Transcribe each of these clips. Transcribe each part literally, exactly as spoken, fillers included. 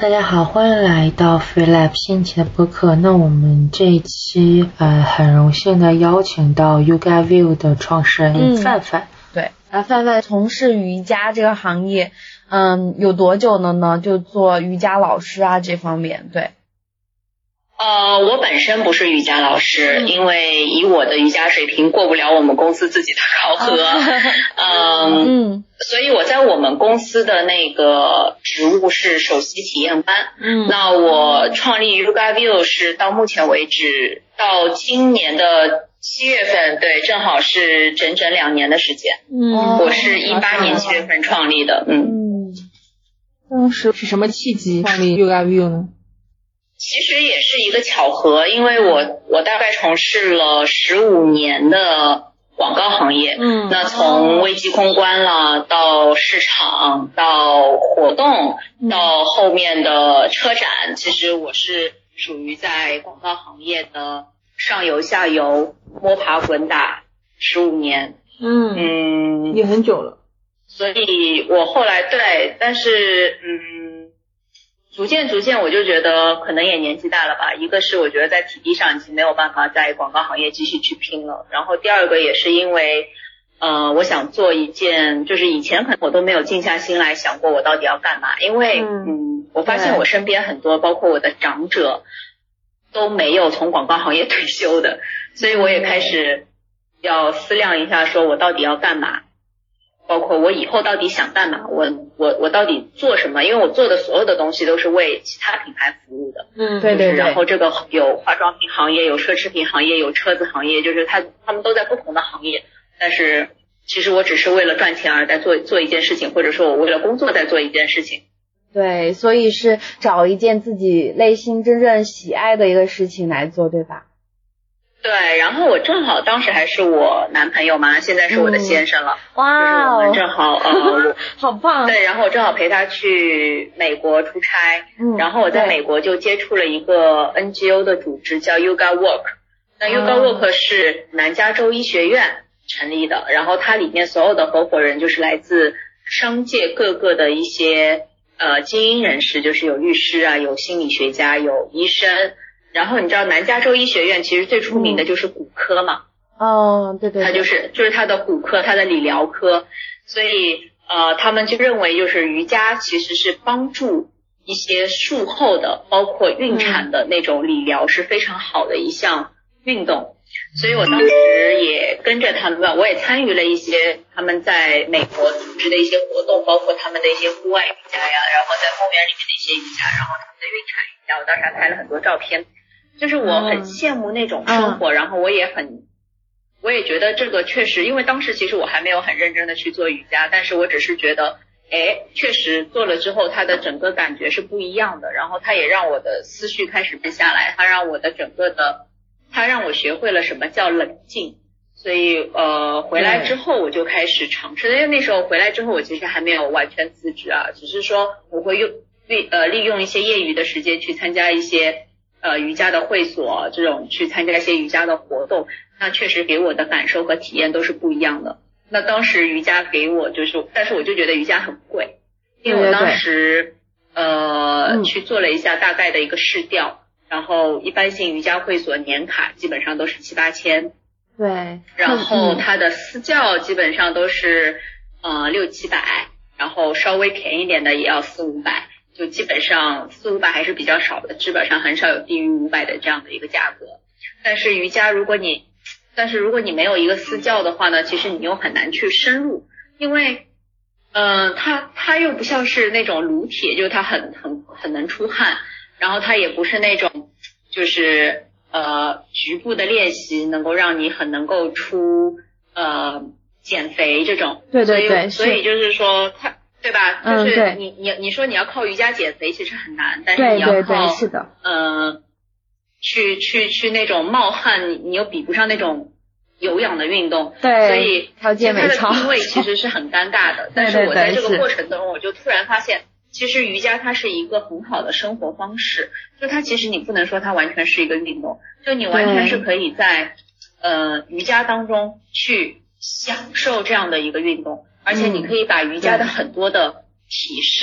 大家好，欢迎来到 Freelab 新奇的播客。那我们这一期呃很荣幸的邀请到 YogaView 的创始人范范。 嗯、对，啊，范范从事瑜伽这个行业，嗯，有多久了呢？就做瑜伽老师啊这方面，对。 呃，我本身不是瑜伽老师，嗯、因为以我的瑜伽水平过不了我们公司自己的考核，嗯, 嗯，所以我在我们公司的那个职务是首席体验班，嗯，那我创立 YogaView 是到目前为止到今年的七月份，对，正好是整整两年的时间，嗯，我是一八年七月份创立的，嗯， 嗯，当时是什么契机创立 YogaView 呢？ 其实也是一个巧合，因为我我大概从事了十五年的广告行业，嗯，那从危机公关了，到市场，到活动，到后面的车展，其实我是属于在广告行业的上游下游摸爬滚打十五年，嗯嗯， 也很久了， 所以我后来对，但是嗯。逐渐逐渐我就觉得可能也年纪大了吧，一个是我觉得在体力上已经没有办法在广告行业继续去拼了，然后第二个也是因为呃，我想做一件就是以前可能我都没有静下心来想过我到底要干嘛，因为嗯, 嗯，我发现我身边很多包括我的长者都没有从广告行业退休的，所以我也开始要思量一下说我到底要干嘛，包括我以后到底想干嘛，我我我到底做什么？因为我做的所有的东西都是为其他品牌服务的， 嗯，对对对。 然后这个有化妆品行业，有奢侈品行业，有车子行业，就是他他们都在不同的行业，但是其实我只是为了赚钱而在做做一件事情，或者说我为了工作在做一件事情。 对，所以是找一件自己内心真正喜爱的一个事情来做，对吧？ 对，然后我正好当时还是我男朋友嘛，现在是我的先生了。 嗯、哇、 就是我们正好呃， 好棒。 对，然后我正好陪他去美国出差，嗯，然后我在美国就接触了一个 N G O 的组织叫 Yoga Work。那 Yoga Work 是南加州医学院成立的，然后它里面所有的合伙人就是来自商界各个的一些呃精英人士，就是有律师啊，有心理学家，有医生。然后你知道南加州医学院其实最出名的就是骨科嘛？ 哦，对对对， 它就是就是它的骨科，它的理疗科，所以呃他们就认为就是瑜伽其实是帮助一些术后的包括孕产的那种理疗是非常好的一项运动，所以我当时也跟着他们，我也参与了一些他们在美国组织的一些活动，包括他们的一些户外瑜伽呀，然后在公园里面的一些瑜伽，然后他们的孕产瑜伽，我当时还拍了很多照片。就是我很羡慕那种生活，嗯、然后我也很，我也觉得这个确实，因为当时其实我还没有很认真的去做瑜伽，但是我只是觉得，哎，确实做了之后，它的整个感觉是不一样的，然后它也让我的思绪开始慢下来，它让我的整个的，它让我学会了什么叫冷静，所以呃，回来之后我就开始尝试，因为那时候回来之后我其实还没有完全辞职啊，只是说我会用利呃利用一些业余的时间去参加一些。呃，瑜伽的会所这种去参加一些瑜伽的活动，那确实给我的感受和体验都是不一样的。那当时瑜伽给我就是，但是我就觉得瑜伽很贵，因为我当时呃、嗯、去做了一下大概的一个市调，然后一般性瑜伽会所年卡基本上都是七八千， 对， 然后它的私教基本上都是呃六七百，然后稍微便宜一点的也要四五百。就基本上四五百还是比较少的，基本上很少有低于五百的这样的一个价格。但是瑜伽如果你，但是如果你没有一个私教的话呢，其实你又很难去深入，因为，嗯、呃，它它又不像是那种撸铁，就是它很很很能出汗，然后它也不是那种就是呃局部的练习能够让你很能够出呃减肥这种。 对对对， 所以所以就是说它。对吧？就是你、嗯、你你说你要靠瑜伽减肥其实很难，但是你要靠对对对是的， 呃，去去去那种冒汗，你你又比不上那种有氧的运动， 对， 所以它的定位其实是很尴尬的。但是我在这个过程中，我就突然发现，其实瑜伽它是一个很好的生活方式，就它其实你不能说它完全是一个运动，就你完全是可以在呃瑜伽当中去享受这样的一个运动。而且你可以把瑜伽的很多的体式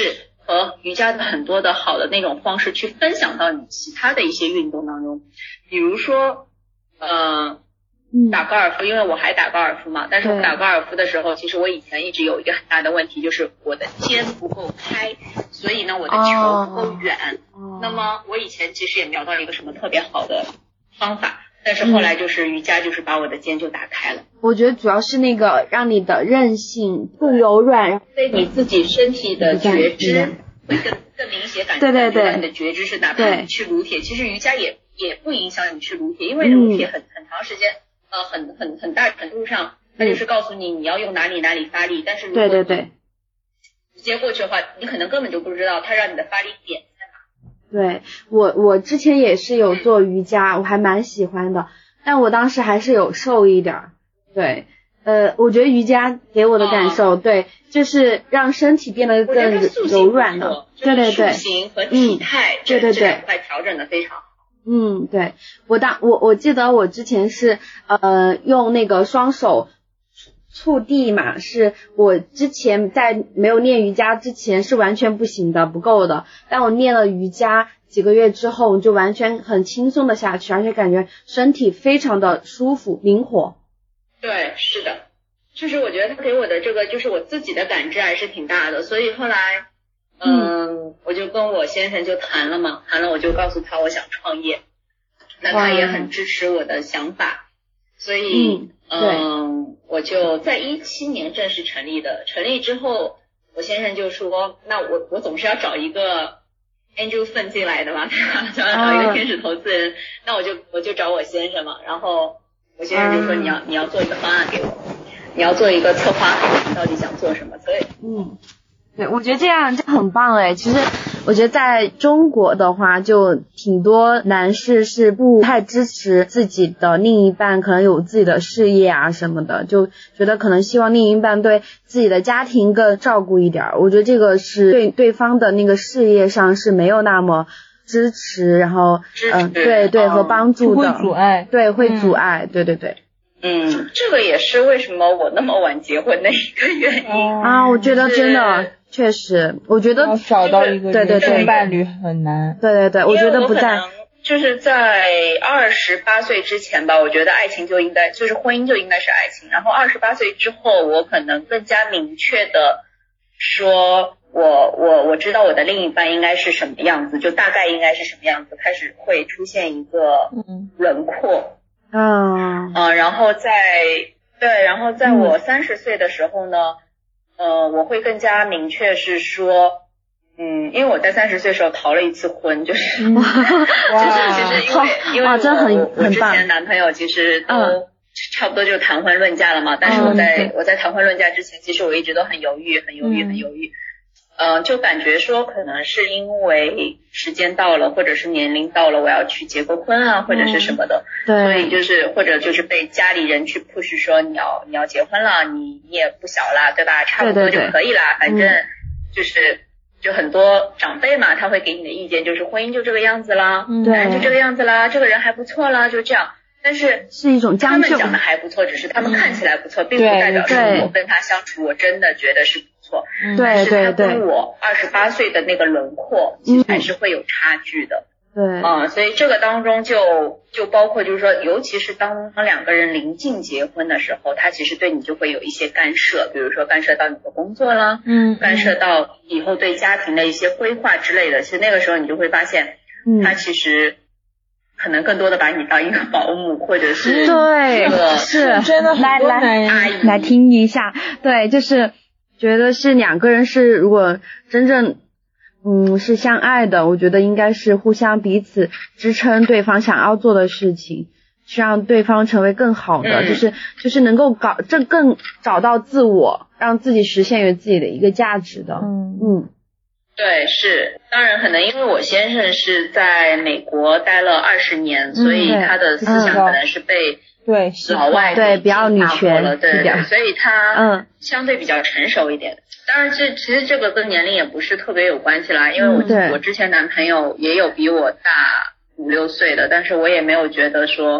和瑜伽的很多的好的那种方式去分享到你其他的一些运动当中，比如说呃打高尔夫，因为我还打高尔夫嘛，但是我打高尔夫的时候，其实我以前一直有一个很大的问题，就是我的肩不够开，所以呢我的球不够远。哦、那么我以前其实也瞄到一个什么特别好的方法，但是后来就是瑜伽就是把我的肩就打开了。 我觉得主要是那个让你的韧性更柔软， 对你自己身体的觉知会更更明显感觉。 对对对， 你的觉知是哪怕你去撸铁，其实瑜伽也也不影响你去撸铁，因为撸铁很、嗯、很长时间。呃，很很很大程度上，它就是告诉你你要用哪里哪里发力，但是如果对对对， 直接过去的话，你可能根本就不知道它让你的发力点在哪。对，我我之前也是有做瑜伽，嗯、我还蛮喜欢的，但我当时还是有瘦一点儿。对，呃，我觉得瑜伽给我的感受，哦、对，就是让身体变得更柔软了。对对对， 塑形和体态， 嗯、对对对， 这两块调整的非常好。 嗯，对，我当我我记得我之前是呃用那个双手触地嘛，是我之前在没有练瑜伽之前是完全不行的，不够的。但我练了瑜伽几个月之后，就完全很轻松的下去，而且感觉身体非常的舒服灵活。 对，是的，就是我觉得他给我的这个就是我自己的感知还是挺大的，所以后来。嗯，我就跟我先生就谈了嘛，谈了我就告诉他我想创业，那他也很支持我的想法，所以嗯，嗯我就在一七年正式成立的，成立之后，我先生就说，那我我总是要找一个 angel fund 进来的嘛，对吧？想要找一个天使投资人，哦、那我就我就找我先生嘛，然后我先生就说、嗯、你要你要做一个方案给我，你要做一个策划，你到底想做什么？所以嗯。对，我觉得这样就很棒诶。其实我觉得在中国的话，就挺多男士是不太支持自己的另一半可能有自己的事业啊什么的，就觉得可能希望另一半对自己的家庭更照顾一点。我觉得这个是对对方的那个事业上是没有那么支持，然后嗯、呃，对对和帮助的， 会阻碍， 对会阻碍，嗯、对对对。 嗯，这个也是为什么我那么晚结婚的一个原因、 哦、啊，我觉得真的。确实，我觉得要找到一个对对对伴侣很难。 对对对，我觉得不在， 就是在二十八岁之前吧，我觉得爱情就应该，就是婚姻就应该是爱情。然后二十八岁之后，我可能更加明确的说，我我我知道我的另一半应该是什么样子，就大概应该是什么样子，开始会出现一个轮廓。 嗯啊、呃，然后在对，然后在我三十岁的时候呢。嗯呃，我会更加明确是说，嗯，因为我在三十岁的时候逃了一次婚，就是，嗯、就是其实因为因为我真很我之前男朋友其实都差不多就谈婚论嫁了嘛，嗯、但是我在、嗯、我在谈婚论嫁之前，其实我一直都很犹豫，很犹豫，嗯、很犹豫，呃，就感觉说可能是因为时间到了，或者是年龄到了，我要去结个婚啊，或者是什么的， 嗯、对， 所以就是或者就是被家里人去 push 说你要你要结婚了，你你也不小啦，对吧？差不多就可以啦， 对对对， 反正就是、嗯、就很多长辈嘛，他会给你的意见就是婚姻就这个样子啦， 嗯， 反正就这个样子啦，这个人还不错啦，就这样。但是是一种将就， 他们讲的还不错，只是他们看起来不错，嗯、并不代表说我跟他相处我真的觉得是不错。 嗯、对对对， 但是他跟我二十八岁的那个轮廓其实还是会有差距的。 对， 嗯，所以这个当中就就包括就是说，尤其是当当两个人临近结婚的时候，他其实对你就会有一些干涉，比如说干涉到你的工作啦， 嗯， 干涉到以后对家庭的一些规划之类的。其实那个时候你就会发现，嗯，他其实可能更多的把你当一个保姆，或者是对， 一个是真的来来阿姨来听一下，对，就是觉得是两个人是如果真正嗯是相爱的，我觉得应该是互相彼此支撑对方想要做的事情，去让对方成为更好的， 嗯、 就是就是能够搞这更找到自我，让自己实现于自己的一个价值的。 嗯嗯。 对，是，当然可能因为我先生是在美国待了二十年， 嗯、 所以他的思想可能是被对老外对比较女权了，对，对，所以他嗯相对比较成熟一点。当然这其实这个跟年龄也不是特别有关系啦，因为我、 嗯、 我之前男朋友也有比我大五六岁的，但是我也没有觉得说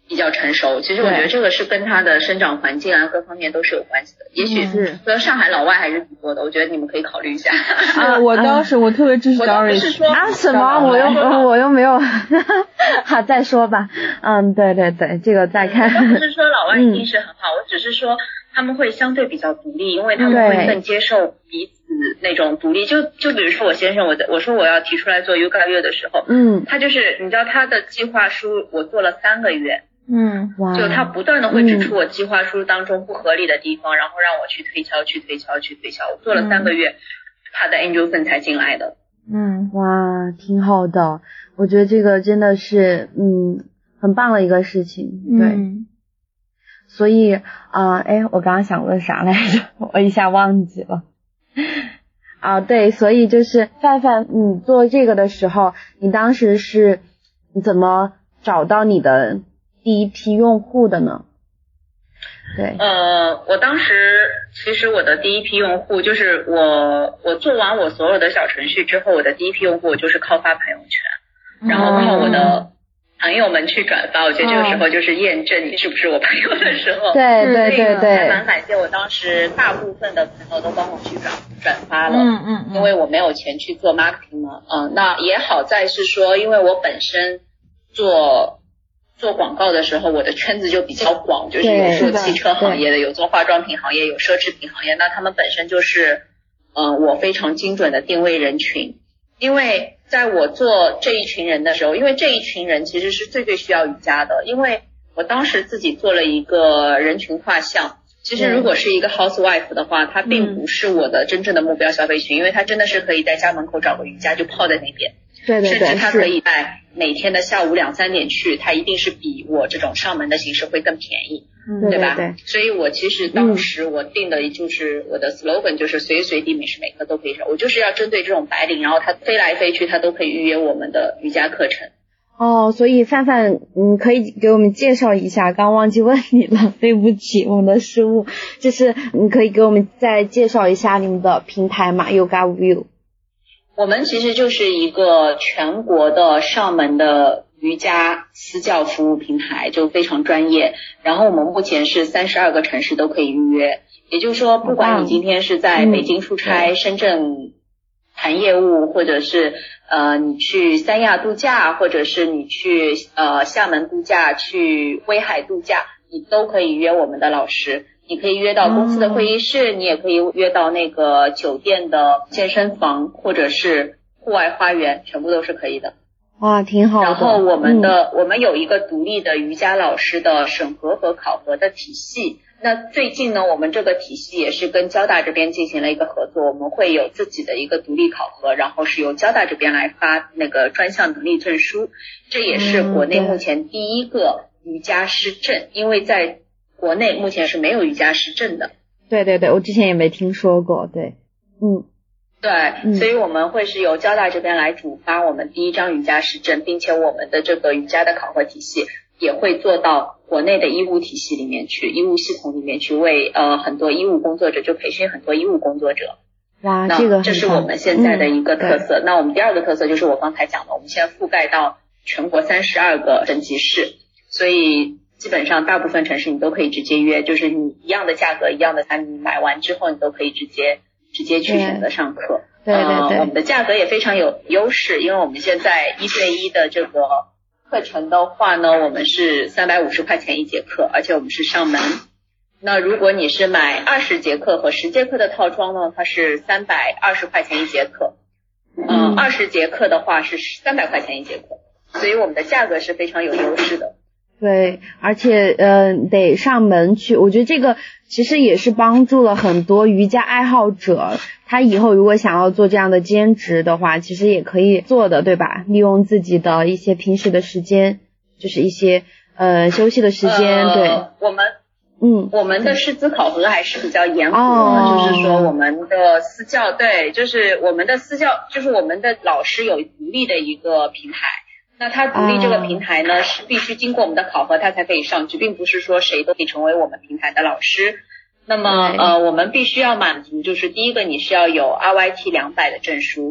比较成熟。其实我觉得这个是跟他的生长环境啊各方面都是有关系的。也许说上海老外还是挺多的，我觉得你们可以考虑一下。 啊，我当时我特别支持 Doris。 啊什么？我又我又没有。好，再说吧。嗯，对对对，这个再看。 我不是说老外一定是很好，嗯、我只是说他们会相对比较独立，因为他们会更接受彼此那种独立。就就比如说我先生，我在我说我要提出来做 Yoga 月的时候，嗯，他就是你知道他的计划书我做了三个月。 嗯，哇！ 就他不断的会指出我计划书当中不合理的地方，嗯、然后让我去推敲、去推敲、去推敲。我做了三个月，嗯、他的 Angel 分才进来的。 嗯，哇，挺好的。我觉得这个真的是，嗯，很棒的一个事情。对。嗯、所以啊，哎、呃，我刚刚想问啥来着？我一下忘记了。啊，对，所以就是范范，你做这个的时候，你当时是你怎么找到你的第一批用户的呢？对， 呃，我当时其实我的第一批用户就是我，我做完我所有的小程序之后，我的第一批用户就是靠发朋友圈，然后靠我的朋友们去转发。我觉得这个时候就是验证你是不是我朋友的时候。 对对对对， 还蛮感谢我当时大部分的朋友都帮我去转转发了， 嗯嗯嗯， 因为我没有钱去做 marketing 嘛，嗯，那也好在是说，因为我本身做。做广告的时候，我的圈子就比较广，就是有做汽车行业的，有做化妆品行业，有奢侈品行业，那他们本身就是，嗯、呃，我非常精准的定位人群。因为在我做这一群人的时候，因为这一群人其实是最最需要瑜伽的，因为我当时自己做了一个人群画像。其实如果是一个 housewife 的话，它并不是我的真正的目标消费群，嗯、因为它真的是可以在家门口找个瑜伽就泡在那边。 对对对， 甚至它可以在每天的下午两三点去，它一定是比我这种上门的形式会更便宜， 嗯、 对吧？ 对对对， 所以我其实当时我定的就是我的 slogan 就是随时随地每时每刻都可以，我就是要针对这种白领，然后他飞来飞去，他都可以预约我们的瑜伽课程。 哦，所以范范，嗯，可以给我们介绍一下，刚忘记问你了，对不起，我们的失误，就是你可以给我们再介绍一下你们的平台嘛 ，Yoga View。 我们其实就是一个全国的上门的瑜伽私教服务平台，就非常专业。然后我们目前是三十二个城市都可以预约，也就是说，不管你今天是在北京出差、嗯、深圳谈业务，或者是呃你去三亚度假，或者是你去呃厦门度假，去威海度假，你都可以约我们的老师。你可以约到公司的会议室，嗯、你也可以约到那个酒店的健身房，或者是户外花园，全部都是可以的。 哇，挺好的。 然后我们的、嗯、我们有一个独立的瑜伽老师的审核和考核的体系。那最近呢，我们这个体系也是跟交大这边进行了一个合作，我们会有自己的一个独立考核，然后是由交大这边来发那个专项能力证书。这也是国内目前第一个瑜伽师证，嗯、因为在国内目前是没有瑜伽师证的。 对对对，我之前也没听说过。对，嗯， 对，嗯、所以我们会是由交大这边来主发我们第一张瑜伽师证，并且我们的这个瑜伽的考核体系也会做到国内的医务体系里面去，医务系统里面去为呃很多医务工作者，就培训很多医务工作者。 哇，这个这是我们现在的一个特色。嗯、那我们第二个特色就是我刚才讲的，我们现在覆盖到全国三十二个省级市，所以基本上大部分城市你都可以直接约，就是你一样的价格一样的餐，你买完之后你都可以直接直接去选择上课。 对对对、 呃，我们的价格也非常有优势，因为我们现在一对一的这个课程的话呢，我们是三百五十块钱一节课，而且我们是上门。那如果你是买二十节课和十节课的套装呢，它是三百二十块钱一节课。嗯，二十节课的话是三百块钱一节课，所以我们的价格是非常有优势的。 对，而且呃得上门去，我觉得这个其实也是帮助了很多瑜伽爱好者，他以后如果想要做这样的兼职的话，其实也可以做的，对吧？利用自己的一些平时的时间，就是一些呃休息的时间， 呃、 对。 我们嗯， 我们的师资考核还是比较严格的， 哦、 就是说我们的私教，对，就是我们的私教，就是我们的老师有独立的一个平台。那他独立这个平台呢， uh, 是必须经过我们的考核，他才可以上去，并不是说谁都可以成为我们平台的老师。那么呃，我们必须要满足，就是第一个你是要有 R Y T 两百的证书，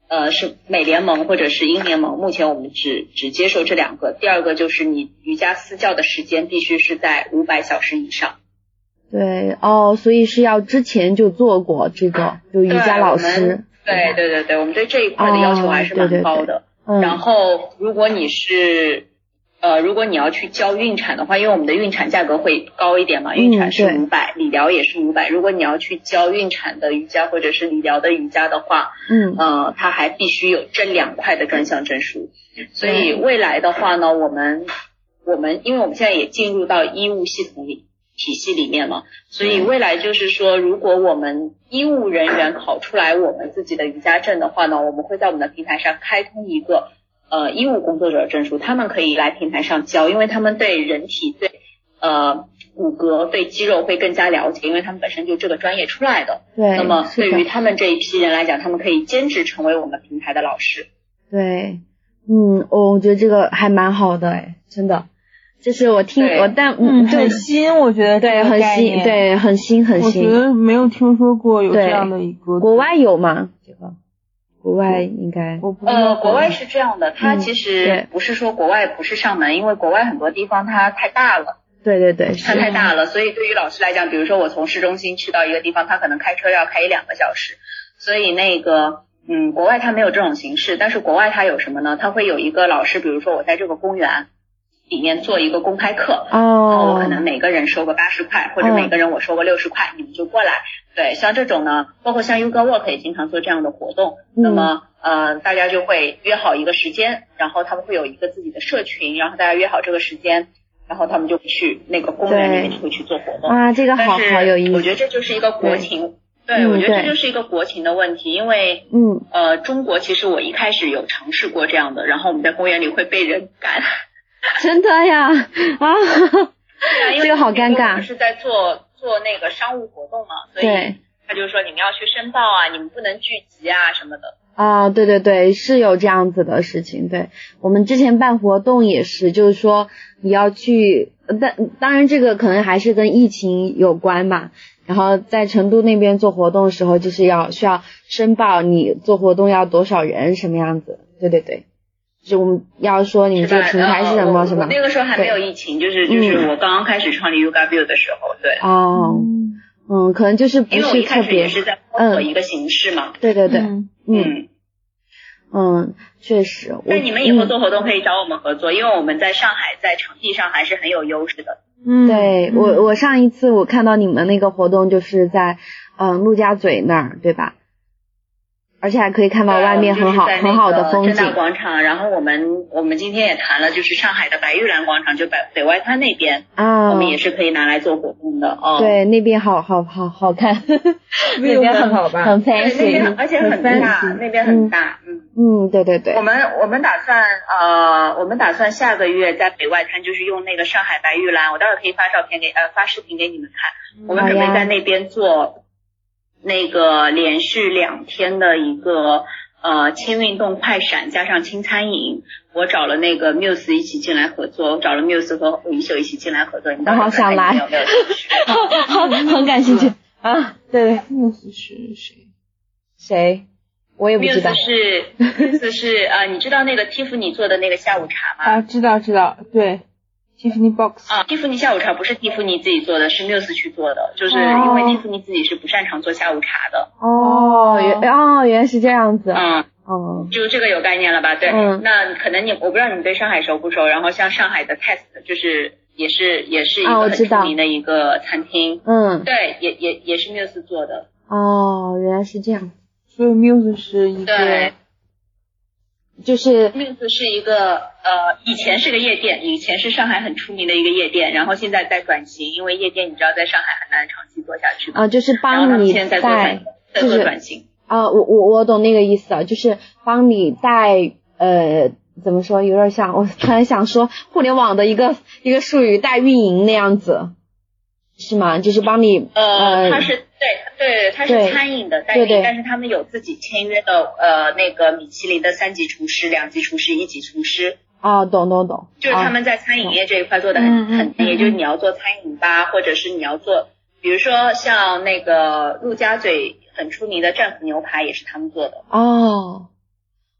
呃是美联盟或者是英联盟，目前我们只只接受这两个。第二个就是你瑜伽私教的时间必须是在五百小时以上。 对哦，所以是要之前就做过这个，就瑜伽老师。 对对对对，我们对这一块的要求还是蛮高的。哦、对对对嗯、然后如果你是呃如果你要去教孕产的话，因为我们的孕产价格会高一点嘛，孕产是五百、嗯，理疗也是五百。如果你要去教孕产的瑜伽或者是理疗的瑜伽的话，嗯呃它还必须有这两块的专项证书。所以未来的话呢，我们我们因为我们现在也进入到医务系统里体系里面了，所以未来就是说，如果我们医务人员考出来我们自己的瑜伽证的话呢，我们会在我们的平台上开通一个呃医务工作者证书，他们可以来平台上教，因为他们对人体对呃骨骼对肌肉会更加了解，因为他们本身就这个专业出来的。对。那么对于他们这一批人来讲，他们可以兼职成为我们平台的老师。 对，嗯，我觉得这个还蛮好的哎，真的。就是我听我但嗯很新，我觉得对很新，对很新很新。 我觉得没有听说过有这样的一个。 国外有吗？这个国外应该我不知道。 呃，国外是这样的，它其实不是说国外不是上门，因为国外很多地方它太大了。 对对对， 它太大了，所以对于老师来讲，比如说我从市中心去到一个地方，他可能开车要开一两个小时，所以那个嗯，国外它没有这种形式，但是国外它有什么呢？它会有一个老师，比如说我在这个公园里面做一个公开课，哦，然后我可能每个人收个八十块，或者每个人我收个六十块，你们就过来。对，像这种呢，包括像 Yoga Walk 也经常做这样的活动。嗯、那么呃，大家就会约好一个时间，然后他们会有一个自己的社群，然后大家约好这个时间，然后他们就去那个公园里面就会去做活动。 啊，这个好好有意思。 我觉得这就是一个国情。对，对我觉得这就是一个国情的问题，因为嗯呃，中国其实我一开始有尝试过这样的，然后我们在公园里会被人赶。 真的呀啊，这个好尴尬。 我们是在做做那个商务活动嘛，所以他就说你们要去申报啊，你们不能聚集啊什么的。 啊，对对对，是有这样子的事情。对，我们之前办活动也是，就是说你要去，但当然这个可能还是跟疫情有关吧。然后在成都那边做活动的时候，就是要需要申报你做活动要多少人什么样子。对对对。就我们要说你们这个平台是什么什么？ 那个时候还没有疫情，就是就是我刚刚开始创立 Yoga View 的时候，对。 哦，嗯，可能就是不是特别。因为我一开始也是在摸索一个形式嘛。 对对对，嗯嗯嗯，确实。 那你们以后做活动可以找我们合作，因为我们在上海在场地上还是很有优势的。 嗯，对我我上一次我看到你们那个活动就是在嗯陆家嘴那儿，对吧？而且还可以看到外面很好、 就是、 很好的风景。 正大广场，然后我们我们今天也谈了，就是上海的白玉兰广场，就北北外滩那边啊，我们也是可以拿来做活动的哦。 对，那边好好好好看， 那边很好吧？ 很 fancy， 那边而且很大，那边很大，嗯嗯，对对对。 我们我们打算呃，我们打算下个月在北外滩，就是用那个上海白玉兰，我待会儿可以发照片给呃发视频给你们看。我们准备在那边做。那个连续两天的一个呃轻运动快闪加上轻餐饮，我找了那个 Muse 一起进来合作，我找了 Muse 和李秀一起进来合作，你们好想来， 有没有兴趣？ 好，很感兴趣啊！对 ，Muse 是谁？ 谁？我也不知道。 Muse 是 Muse 是呃，你知道那个蒂芙尼做的那个下午茶吗？ 啊，知道知道，对。Tiffany Box 啊，蒂芙尼下午茶不是蒂芙尼自己做的，是 Muse 去做的，就是因为蒂芙尼自己是不擅长做下午茶的。 哦，原哦原来是这样子。 嗯， 哦， 就这个有概念了吧？对，嗯、那可能你我不知道你对上海熟不熟，然后像上海的 Test 就是也是也是一个很出名的一个餐厅。 嗯， 对，也也也是 Muse 做的。 哦，原来是这样。 所以 Muse 是一个。 对。 就是 Muse 是一个呃，以前是个夜店，以前是上海很出名的一个夜店，然后现在在转型，因为夜店你知道在上海很难长期做下去啊，就是帮你在在做转型啊，我我我懂那个意思啊，就是帮你带呃怎么说，有点像我突然想说互联网的一个一个术语代运营那样子。是吗？就是帮你呃，他是对对，他是餐饮的代运，但是他们有自己签约的呃那个米其林的三级厨师、两级厨师、一级厨师。 哦，懂懂懂。 就是他们在餐饮业这一块做的很很，也就是你要做餐饮吧，或者是你要做，比如说像那个陆家嘴很出名的战斧牛排也是他们做的。 哦，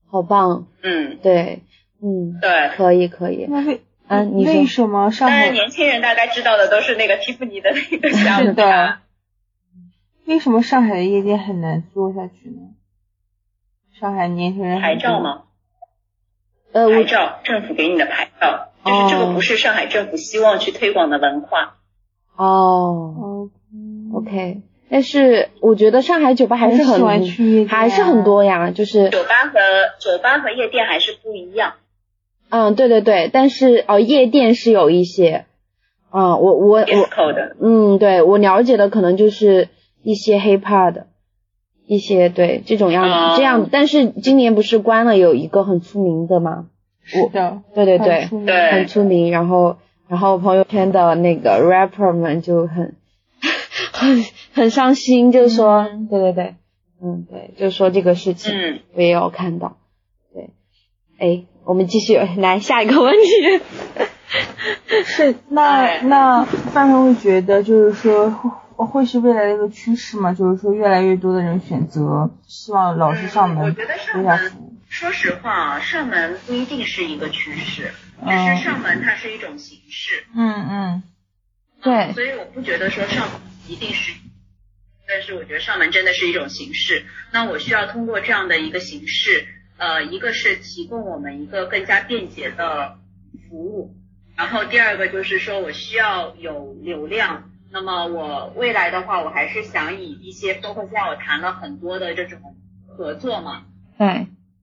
好棒。 嗯， 对，嗯， 对， 可以可以。 那为嗯，你说为什么上海？ 但是年轻人大概知道的都是那个蒂芙尼的那个下午是的茶。 为什么上海的夜店很难做下去呢？上海年轻人牌照吗？ 呃， 牌照，政府给你的牌照，就是这个不是上海政府希望去推广的文化。 哦、 嗯、 ，OK。但是我觉得上海酒吧还是很还是很多呀，就是酒吧和酒吧和夜店还是不一样。 嗯，对对对，但是哦，夜店是有一些，嗯，我我我，嗯，对我了解的可能就是一些 hiphop 的，一些对这种样子、嗯、这样，但是今年不是关了有一个很出名的吗？ 是的， 对对对， 很出名， 对很出名，然后然后朋友圈的那个 rapper 们就很很很伤心，就说、嗯、对对对，嗯对，就说这个事情， 嗯， 我也有看到，对，哎。我们继续来下一个问题。 是那那范范会觉得就是说会是未来的一个趋势吗？就是说越来越多的人选择希望老师上门、 嗯、我觉得上门说实话啊，上门不一定是一个趋势，只是上门它是一种形式。 嗯嗯， 对、 嗯。所以我不觉得说上门一定是，但是我觉得上门真的是一种形式。那我需要通过这样的一个形式。呃，一个是提供我们一个更加便捷的服务，然后第二个就是说我需要有流量，那么我未来的话，我还是想以一些，包括现在我谈了很多的这种合作嘛， 对，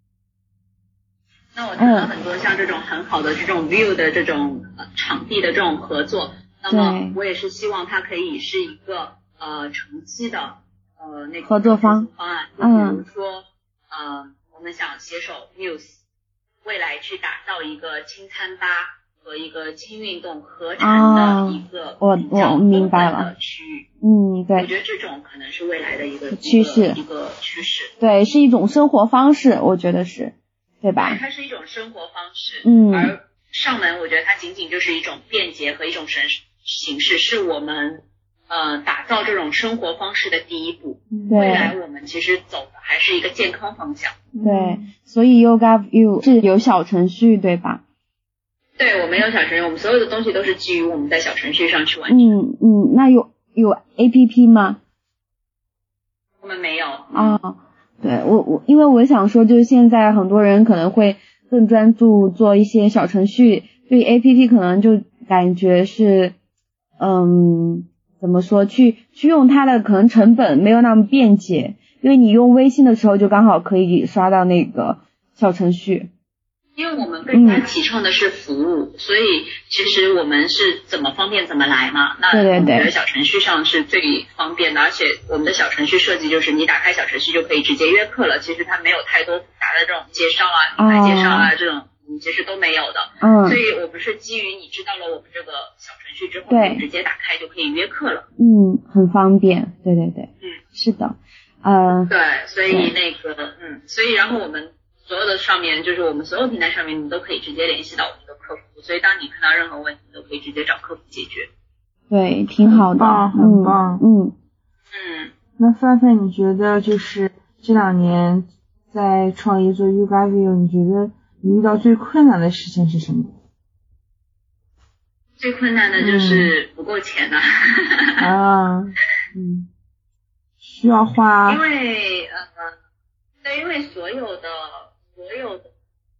那我谈了很多像这种很好的这种 view 的这种、呃、场地的这种合作，那么我也是希望它可以是一个呃长期的呃那个合作方方案，就比如说、嗯、呃。我们想携手 Muse 未来去打造一个轻餐吧和一个轻运动合成的一个我我明白了区域。 嗯，对。 我觉得这种可能是未来的一个趋势， 一个趋势。 对，是一种生活方式，我觉得是，对吧？ 它是一种生活方式。 嗯。 而上门，我觉得它仅仅就是一种便捷和一种形形式，是我们呃打造这种生活方式的第一步。未来我们其实走的还是一个健康方向。 对，所以 Yoga View 是有小程序对吧？ 对，我们有小程序，我们所有的东西都是基于我们在小程序上去完成。 嗯嗯，那有有 A P P 吗？ 我们没有。 啊、哦，对我我因为我想说，就是现在很多人可能会更专注做一些小程序，对 A P P 可能就感觉是嗯怎么说，去去用它的可能成本没有那么便捷。因为你用微信的时候就刚好可以刷到那个小程序。 因为我们更加提倡的是服务、嗯、所以其实我们是怎么方便怎么来嘛。那我们觉得小程序上是最方便的，而且我们的小程序设计就是你打开小程序就可以直接约课了，其实它没有太多复杂的这种介绍啊、品牌介绍啊、哦、这种其实都没有的。 嗯。 所以我们是基于你知道了我们这个小程序之后，你直接打开就可以约课了。 嗯，很方便。对对对。 嗯， 是的。呃， 对，所以那个，嗯，所以然后我们所有的上面，就是我们所有平台上面，你都可以直接联系到我们的客服，所以当你看到任何问题，都可以直接找客服解决。 对，挺好的， 很棒，很棒。 嗯嗯。 那范范，你觉得就是这两年在创业做 Yoga View， 你觉得你遇到最困难的事情是什么？ 最困难的就是不够钱呐、 啊。啊，嗯。需要花， 因为呃，对，因为所有的所有的，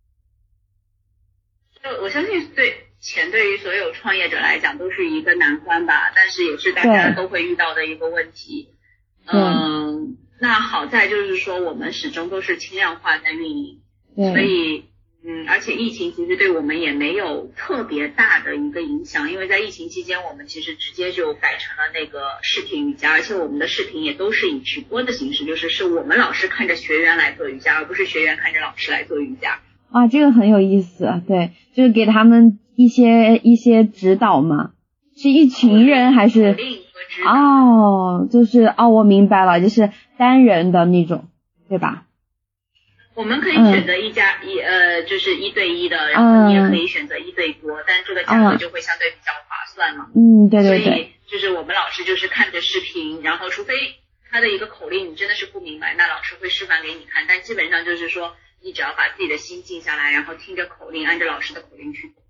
就我相信对钱对于所有创业者来讲都是一个难关吧，但是也是大家都会遇到的一个问题。嗯、呃，那好在就是说我们始终都是轻量化在运营，所以嗯，而且疫情其实对我们也没有特别大的一个影响，因为在疫情期间我们其实直接就改成了那个视频瑜伽，而且我们的视频也都是以直播的形式，就是是我们老师看着学员来做瑜伽，而不是学员看着老师来做瑜伽。 啊，这个很有意思，对，就是给他们一些一些指导嘛，是一群人还是？哦，就是哦，我明白了，就是单人的那种，对吧？ 我们可以选择一加、嗯、一呃，就是一对一的，然后你也可以选择一对多，嗯、但这个价格就会相对比较划算嘛。 嗯，对对对。 所以就是我们老师就是看着视频，然后除非他的一个口令你真的是不明白，那老师会示范给你看，但基本上就是说你只要把自己的心静下来，然后听着口令，按照老师的口令去做。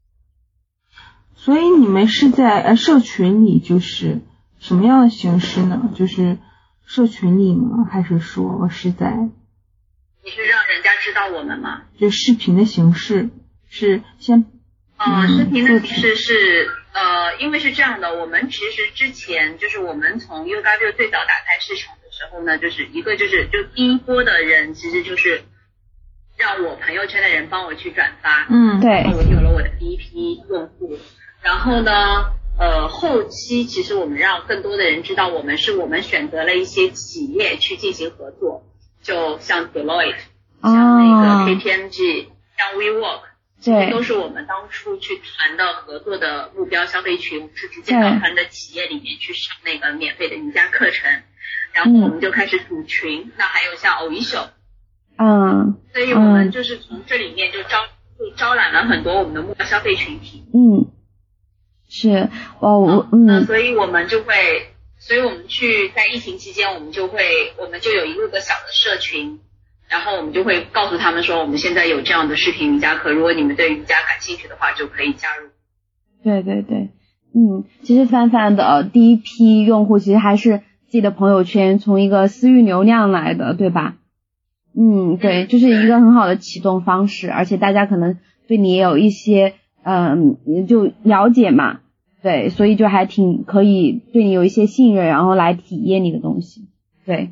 所以你们是在呃社群里，就是什么样的形式呢？就是社群里吗？还是说是在？ 你是让人家知道我们吗？ 就视频的形式是先。 啊、呃，视频的形式是呃，因为是这样的，我们其实之前就是我们从 U W 最早打开市场的时候呢，就是一个就是就第一波的人，其实就是让我朋友圈的人帮我去转发， 嗯，对， 然后我有了我的第一批用户，然后呢，呃，后期其实我们让更多的人知道我们是我们选择了一些企业去进行合作，就像 Deloitte，、哦、像那个 K P M G， 像 WeWork。 对， 都是我们当初去谈的合作的目标消费群，我们是直接到他们的企业里面去上那个免费的瑜伽课程，然后我们就开始组群。嗯、那还有像偶一手， 嗯， 所以我们就是从这里面就招就招揽了很多我们的目标消费群体。 嗯，是，哦，我嗯， 那所以我们就会，所以我们去在疫情期间，我们就会，我们就有一个个小的社群。然后我们就会告诉他们说，我们现在有这样的视频瑜伽课，如果你们对瑜伽感兴趣的话，就可以加入。 对对对，嗯，其实范范的第一批用户其实还是自己的朋友圈从一个私域流量来的，对吧？嗯，对，就是一个很好的启动方式，而且大家可能对你也有一些嗯就了解嘛，对，所以就还挺可以对你有一些信任，然后来体验你的东西，对。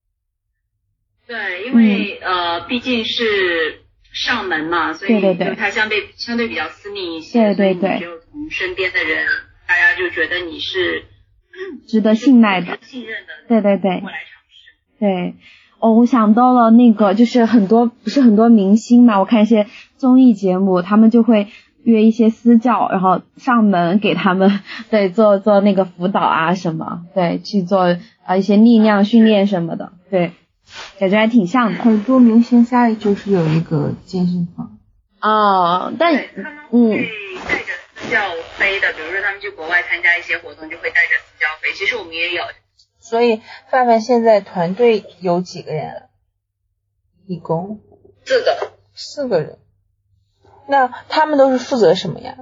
对，因为、嗯、呃，毕竟是上门嘛，所以就它相对相对比较私密一些， 对对对， 所以你只有从身边的人，大家就觉得你是值得信赖的、 信任的， 对对对， 过来尝试。 对，哦，我想到了那个，就是很多不是很多明星嘛，我看一些综艺节目，他们就会约一些私教，然后上门给他们对做做那个辅导啊什么，对，去做啊一些力量训练什么的，对。感觉还挺像的。 很多明星家里就是有一个健身房。 哦，但他们会带着私教飞的，比如说他们去国外参加一些活动，就会带着私教飞。其实我们也有。 所以范范现在团队有几个人了？一共四个。 四个人。那他们都是负责什么呀？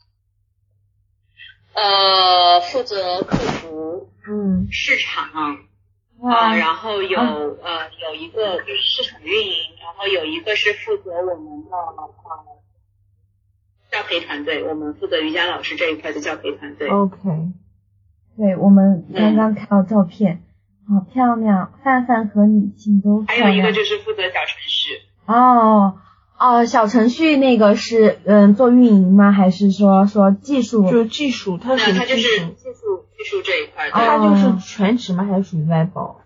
呃，负责客服， 嗯， 市场。啊、呃，然后有、嗯、呃有一个就是市场运营，然后有一个是负责我们的呃教培团队，我们负责瑜伽老师这一块的教培团队。 OK， 对，我们刚刚看到照片，嗯、好漂亮，范范和李静都漂亮。 还有一个就是负责小程序。 哦哦，小程序那个是嗯做运营吗？还是说说技术？ 就是技术，它是它就是技术。技术这一块的， 它就是全职吗？还是属于外包？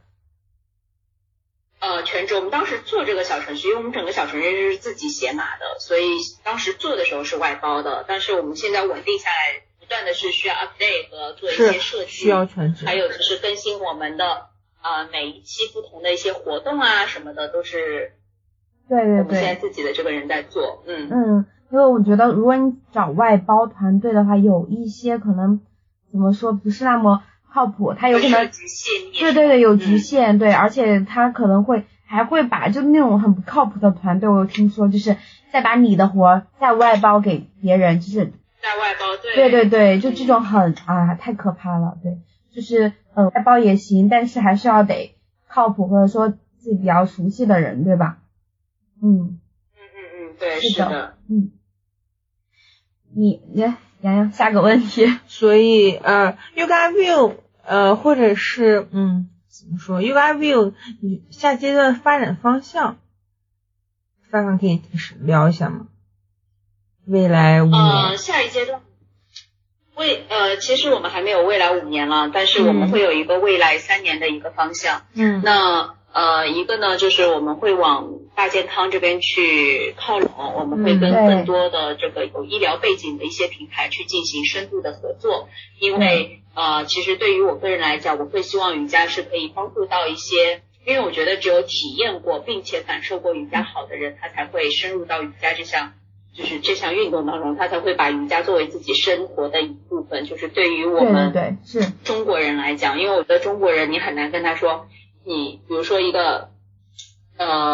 呃，全职。我们当时做这个小程序，因为我们整个小程序是自己写码的，所以当时做的时候是外包的。但是我们现在稳定下来，不断的是需要 update 和做一些设计， 需要全职。 还有就是更新我们的呃每一期不同的一些活动啊什么的，都是对对对， 我们现在自己的这个人在做。嗯嗯，因为我觉得如果你找外包团队的话，有一些可能。怎么说不是那么靠谱，他有可能对对对有局限、嗯、对，而且他可能会还会把就那种很不靠谱的团队，我有听说就是再把你的活再外包给别人，就是再外包对对对对，就这种很、嗯、啊太可怕了，对，就是呃外包也行，但是还是要得靠谱或者说自己比较熟悉的人，对吧？ 嗯嗯嗯嗯，对，是的，是的嗯，你你。洋洋，下个问题。 所以呃 Yoga View 呃或者是嗯怎么说 Yoga View 你下阶段发展方向，范范可以聊一下吗？未来五年。 呃，下一阶段未呃其实我们还没有未来五年了，但是我们会有一个未来三年的一个方向。 嗯。 那呃一个呢就是我们会往大健康这边去靠拢，我们会跟更多的这个有医疗背景的一些品牌去进行深度的合作，因为呃其实对于我个人来讲，我会希望瑜伽是可以帮助到一些，因为我觉得只有体验过并且感受过瑜伽好的人，他才会深入到瑜伽这项就是这项运动当中，他才会把瑜伽作为自己生活的一部分。就是对于我们对对是中国人来讲，因为我觉得中国人你很难跟他说，你比如说一个呃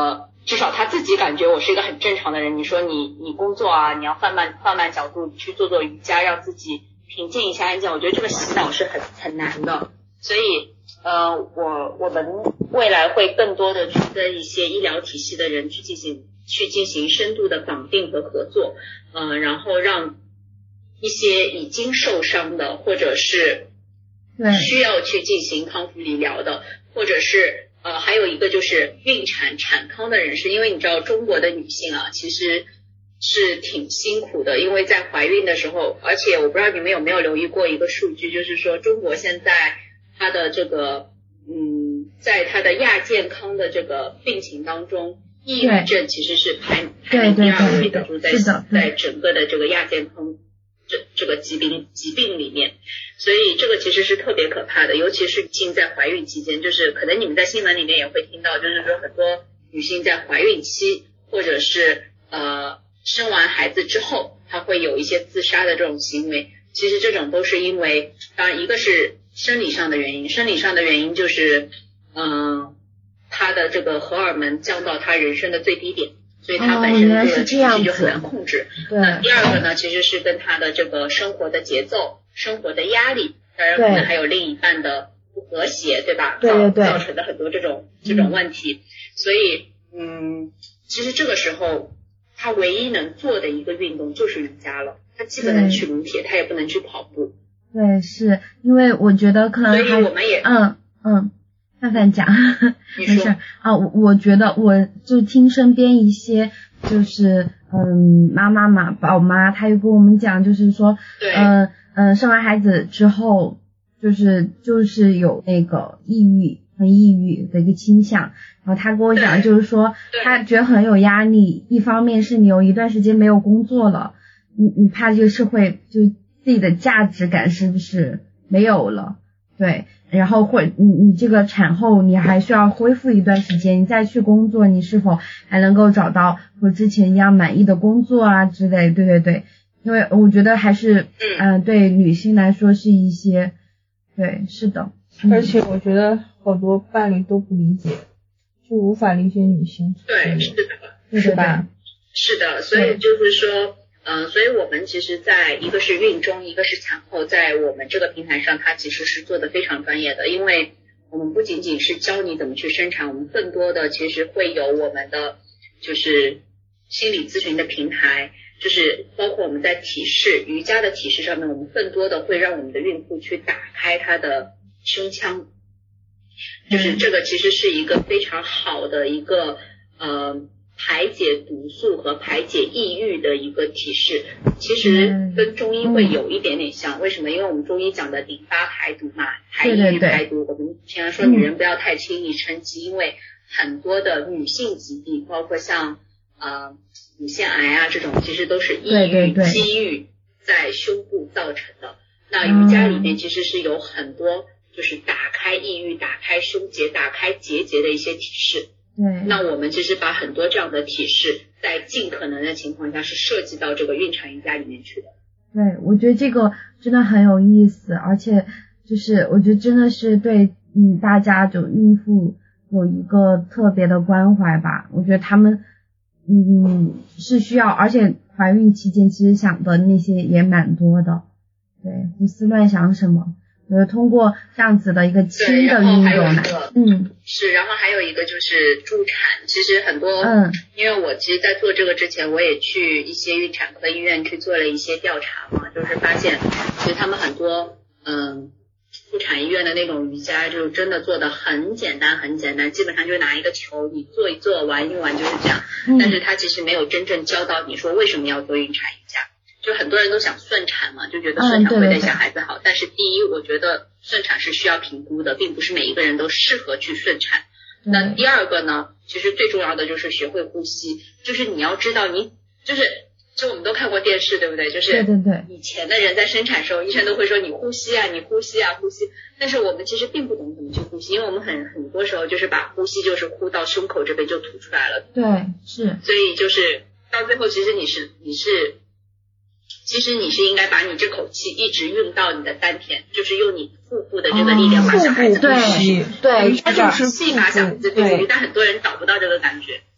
至少他自己感觉我是一个很正常的人。你说你你工作啊，你要放慢放慢角度去做做瑜伽，让自己平静一下安静，我觉得这个洗脑是很很难的。所以呃我我们未来会更多的去跟一些医疗体系的人去进行去进行深度的绑定和合作，呃然后让一些已经受伤的或者是需要去进行康复理疗的，或者是呃还有一个就是孕产产康的人士，因为你知道中国的女性啊其实是挺辛苦的，因为在怀孕的时候，而且我不知道你们有没有留意过一个数据，就是说中国现在它的这个嗯在它的亚健康的这个病情当中，抑郁症其实是排排名第二位的，就是在在整个的这个亚健康这这个疾病疾病里面，所以这个其实是特别可怕的，尤其是女性在怀孕期间，就是可能你们在新闻里面也会听到，就是说很多女性在怀孕期或者是呃生完孩子之后，她会有一些自杀的这种行为。其实这种都是因为，当然一个是生理上的原因，生理上的原因就是嗯、呃、她的这个荷尔蒙降到她人生的最低点，所以她本身这个情绪就很难控制。 对。 那第二个呢，其实是跟她的这个生活的节奏、生活的压力，当然可能还有另一半的不和谐，对吧？ 对对对。 造成的很多这种这种问题，嗯、所以嗯，其实这个时候她唯一能做的一个运动就是瑜伽了。她既不能去撸铁，她也不能去跑步。 对，是因为我觉得可能还， 所以我们也嗯嗯。范范讲， 没事啊，我我觉得我就听身边一些就是嗯妈妈嘛，宝妈，她又跟我们讲，就是说，嗯嗯、呃呃、生完孩子之后，就是就是有那个抑郁，很抑郁的一个倾向，然后她跟我讲，就是说她觉得很有压力，一方面是你有一段时间没有工作了，你你怕这个社会就自己的价值感是不是没有了，对。然后或你你这个产后你还需要恢复一段时间，你再去工作，你是否还能够找到和之前一样满意的工作啊之类，对对对，因为我觉得还是嗯、呃、对女性来说是一些，对是的、 嗯，而且我觉得好多伴侣都不理解，就无法理解女性， 对是的， 是吧？ 是的，所以就是说。嗯、呃，所以我们其实在一个是孕中，一个是产后，在我们这个平台上，它其实是做的非常专业的，因为我们不仅仅是教你怎么去生产，我们更多的其实会有我们的就是心理咨询的平台，就是包括我们在体式瑜伽的体式上面，我们更多的会让我们的孕妇去打开她的胸腔，就是这个其实是一个非常好的一个呃排解毒素和排解抑郁的一个体式，其实跟中医会有一点点像。为什么？因为我们中医讲的淋巴排毒嘛，排抑郁排毒。我们经常说女人不要太轻易称疾，因为很多的女性疾病，包括像呃乳腺癌啊这种，其实都是抑郁、积郁在胸部造成的。那瑜伽里面其实是有很多就是打开抑郁、打开胸结、打开结节的一些体式。 对， 那我们其实把很多这样的体式在尽可能的情况下是设计到这个孕产瑜伽里面去的。 对，我觉得这个真的很有意思，而且就是我觉得真的是对嗯大家就孕妇有一个特别的关怀吧。我觉得他们嗯是需要，而且怀孕期间其实想的那些也蛮多的，对，胡思乱想什么。呃，通过这样子的一个轻的运动呢，嗯， 是，然后还有一个就是助产，其实很多，嗯，因为我其实在做这个之前，我也去一些孕产科医院去做了一些调查嘛，就是发现其实他们很多，嗯，妇产医院的那种瑜伽就真的做的很简单很简单，基本上就拿一个球你做一做玩一玩就是这样，嗯、但是他其实没有真正教导你说为什么要做孕产瑜伽。就很多人都想顺产嘛，就觉得顺产会对小孩子好，嗯、但是第一，我觉得顺产是需要评估的，并不是每一个人都适合去顺产。嗯、那第二个呢，其实最重要的就是学会呼吸，就是你要知道你就是就我们都看过电视，对不对？就是对对对， 以前的人在生产的时候，医生都会说你呼吸啊，你呼吸啊，呼吸。但是我们其实并不懂怎么去呼吸，因为我们很很多时候就是把呼吸就是呼到胸口这边就吐出来了。 对，是。 所以就是到最后，其实你是你是。其实你是应该把你这口气一直运到你的丹田，就是用你腹部的这个力量把小孩子呼吸， 对， 它就是气把小孩子呼吸，但很多人找不到这个感觉。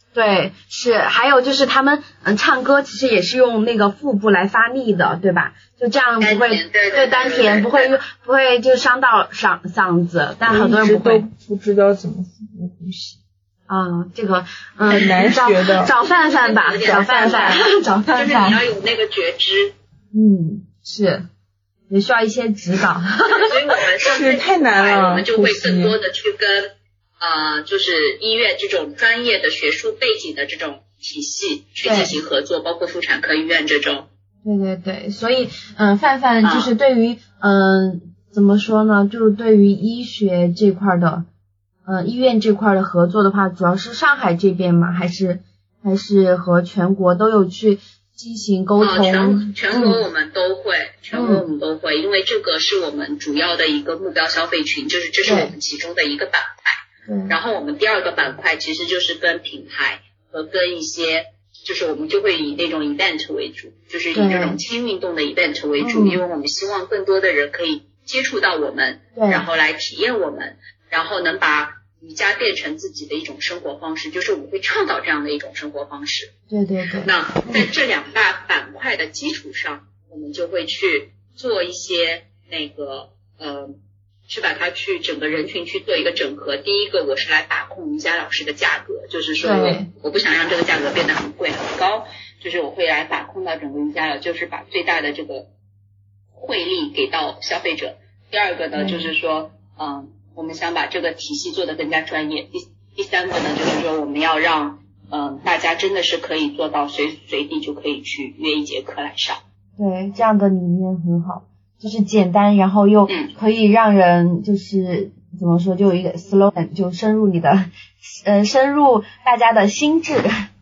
对，是，还有就是他们嗯唱歌其实也是用那个腹部来发力的，对吧？就这样不会对丹田不会不会就伤到嗓嗓子，但很多人不会不知道怎么腹部呼吸啊，这个嗯很难学的， 找范范吧，找范范，找范范， 就是你要有那个觉知， 嗯，是，也需要一些指导， 所以我们是太难了， 我们就会更多的去跟呃就是医院这种专业的学术背景的这种体系去进行合作，包括妇产科医院这种。 对对对，所以嗯、呃，范范就是对于嗯、呃、怎么说呢，就是对于医学这块的呃医院这块的合作的话，主要是上海这边吗？还是还是和全国都有去进行沟通？ 嗯、全全国我们都会，嗯、全国我们都会，因为这个是我们主要的一个目标消费群，就是这是我们其中的一个板块。 对。 然后我们第二个板块其实就是跟品牌和跟一些。就是我们就会以那种 event 为主，就是以这种轻运动的 event 为主，因为我们希望更多的人可以接触到我们，然后来体验我们，然后能把瑜伽变成自己的一种生活方式，就是我们会倡导这样的一种生活方式。 对对对。 那在这两大板块的基础上，我们就会去做一些那个呃。去把它去整个人群去做一个整合。第一个，我是来把控瑜伽老师的价格，就是说我我不想让这个价格变得很贵很高，就是我会来把控到整个瑜伽了，就是把最大的这个惠利给到消费者。第二个呢，就是说，嗯，我们想把这个体系做得更加专业。第第三个呢，就是说我们要让嗯大家真的是可以做到随时随地就可以去约一节课来上。 对，这样的理念很好。就是简单，然后又可以让人就是怎么说，就有一个 slogan， 就深入你的，呃，深入大家的心智。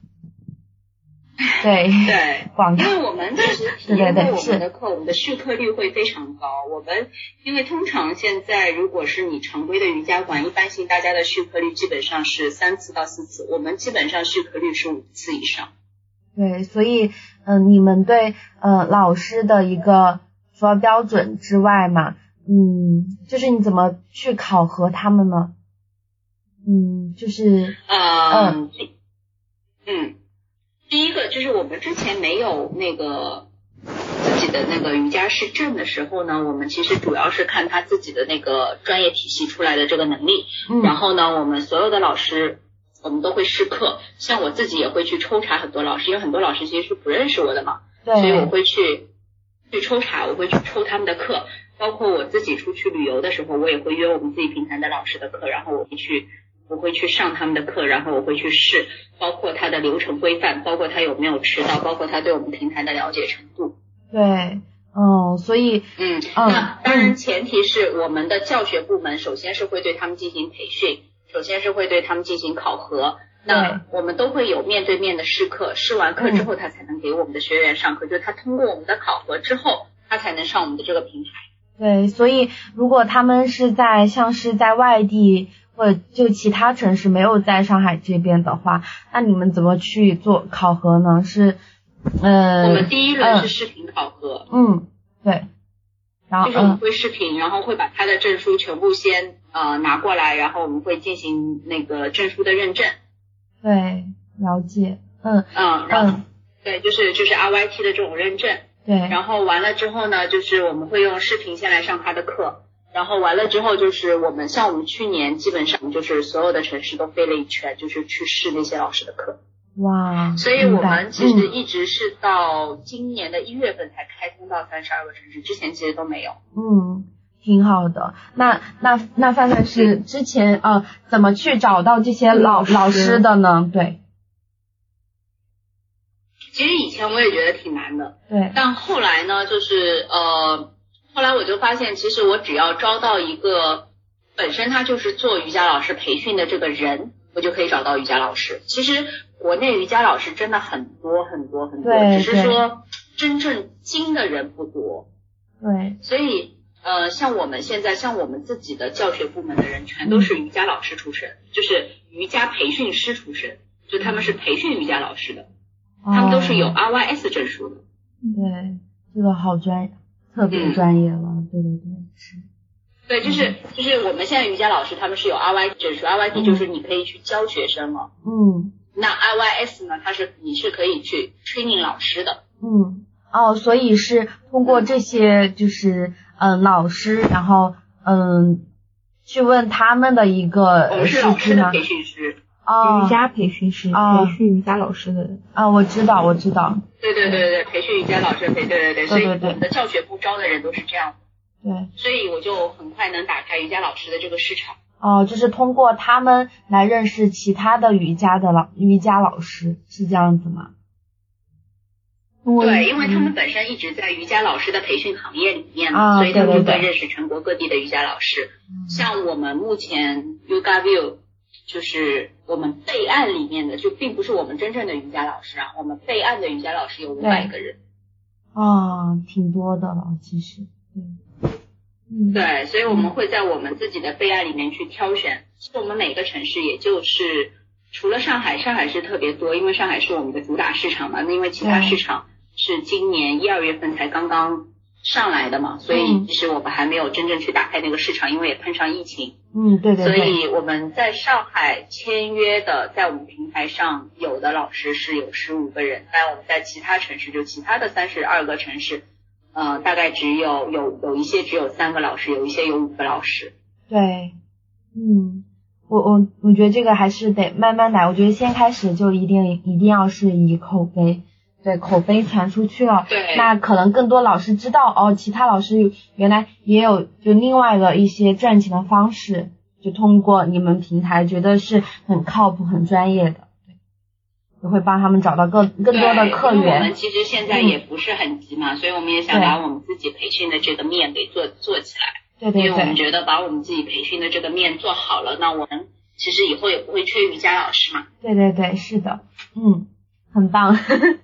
对对， 广告。 因为我们其实体验过我们的课，我们的续课率会非常高。我们因为通常现在如果是你常规的瑜伽馆，一般性大家的续课率基本上是三次到四次，我们基本上续课率是五次以上。 对，所以嗯、呃，你们对呃老师的一个。除了标准之外嘛，嗯，就是你怎么去考核他们呢？嗯，就是嗯嗯，第一个就是我们之前没有那个自己的那个瑜伽师证的时候呢，我们其实主要是看他自己的那个专业体系出来的这个能力，嗯、然后呢，我们所有的老师我们都会试课，像我自己也会去抽查很多老师，因为很多老师其实是不认识我的嘛， 对， 所以我会去。去抽查，我会去抽他们的课，包括我自己出去旅游的时候，我也会约我们自己平台的老师的课，然后我会去，我会去上他们的课，然后我会去试，包括他的流程规范，包括他有没有迟到，包括他对我们平台的了解程度。 对，哦，所以， 嗯，那当然前提是我们的教学部门首先是会对他们进行培训，首先是会对他们进行考核。那我们都会有面对面的试课，试完课之后他才能给我们的学员上课，嗯、就是他通过我们的考核之后，他才能上我们的这个平台。 对，所以如果他们是在像是在外地或者就其他城市没有在上海这边的话，那你们怎么去做考核呢？是呃， 我们第一轮是视频考核。 嗯，对。然后就是我们会视频，然后会把他的证书全部先呃拿过来，然后我们会进行那个证书的认证。 对，了解，嗯嗯，然后、嗯、对，就是就是 R Y T 的这种认证， 对， 然后完了之后呢，就是我们会用视频先来上他的课，然后完了之后就是我们像我们去年基本上就是所有的城市都飞了一圈，就是去试那些老师的课。 哇， 所以我们其实一直是到今年的一月份才开通到三十二个城市，之前其实都没有。 嗯。挺好的，那那那范范是之前呃怎么去找到这些老老师的呢？对， 其实以前我也觉得挺难的， 对， 但后来呢，就是呃后来我就发现，其实我只要招到一个本身他就是做瑜伽老师培训的这个人，我就可以找到瑜伽老师。其实国内瑜伽老师真的很多很多很多，只是说真正精的人不多， 对， 所以。呃，像我们现在，像我们自己的教学部门的人，全都是瑜伽老师出身，嗯、就是瑜伽培训师出身，就他们是培训瑜伽老师的，哦、他们都是有 R Y S 证书的。 对，这个好专业，特别专业了，嗯、对对对，是。 对，就是就是我们现在瑜伽老师他们是有 R Y T 证书 ，R Y T 就是你可以去教学生了。 嗯。 那 I Y S 呢，它是你是可以去 training 老师的。 嗯，哦，所以是通过这些就是嗯、呃、老师，然后嗯去问他们的一个我们是老师的培训师。 哦， 瑜伽培训师， 哦、 培训瑜伽老师的人。 啊，我知道，我知道。 对对对对，培训瑜伽老师，对对对对，所以对对对我们的教学部招的人都是这样的。 对。 所以我就很快能打开瑜伽老师的这个市场。 哦，就是通过他们来认识其他的瑜伽的老瑜伽老师，是这样子吗？ 对，因为他们本身一直在瑜伽老师的培训行业里面嘛， 啊、 所以他们对对对会认识全国各地的瑜伽老师。 嗯、 像我们目前 YouGaView 就是我们备案里面的，就并不是我们真正的瑜伽老师啊，我们备案的瑜伽老师有五百个人。 啊，挺多的了，其实。对。嗯。 对，所以我们会在我们自己的备案里面去挑选。其实我们每个城市，也就是除了上海，上海是特别多，因为上海是我们的主打市场嘛，因为其他市场是今年一二月份才刚刚上来的嘛，所以其实我们还没有真正去打开那个市场，因为也碰上疫情。 嗯，对对对。 所以我们在上海签约的，在我们平台上有的老师是有十五个人，但我们在其他城市，就其他的三十二个城市，呃，大概只有有有一些只有三个老师，有一些有五个老师。 对，嗯，我我我觉得这个还是得慢慢来，我觉得先开始就一定一定要是以口碑。对，口碑传出去了， 对， 那可能更多老师知道哦，其他老师原来也有就另外的一些赚钱的方式，就通过你们平台觉得是很靠谱、很专业的，对，也会帮他们找到更更多的客源。 我们其实现在也不是很急嘛，嗯、所以我们也想把我们自己培训的这个面给做做起来。 对对对。 因为我们觉得把我们自己培训的这个面做好了，那我们其实以后也不会缺瑜伽老师嘛。 对对对，是的，嗯，很棒。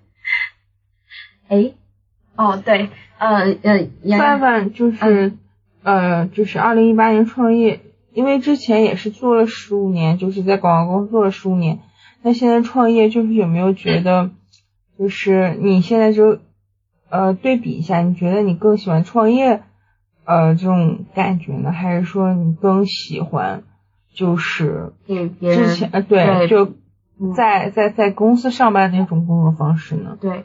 哎，哦对，呃呃， 范范就是、嗯、呃就是二零一八年创业，因为之前也是做了十五年，就是在广告公司做了十五年，那现在创业就是有没有觉得，就是你现在就呃对比一下，你觉得你更喜欢创业呃这种感觉呢，还是说你更喜欢就是之前呃对, 对就在在在公司上班那种工作方式呢？ 对。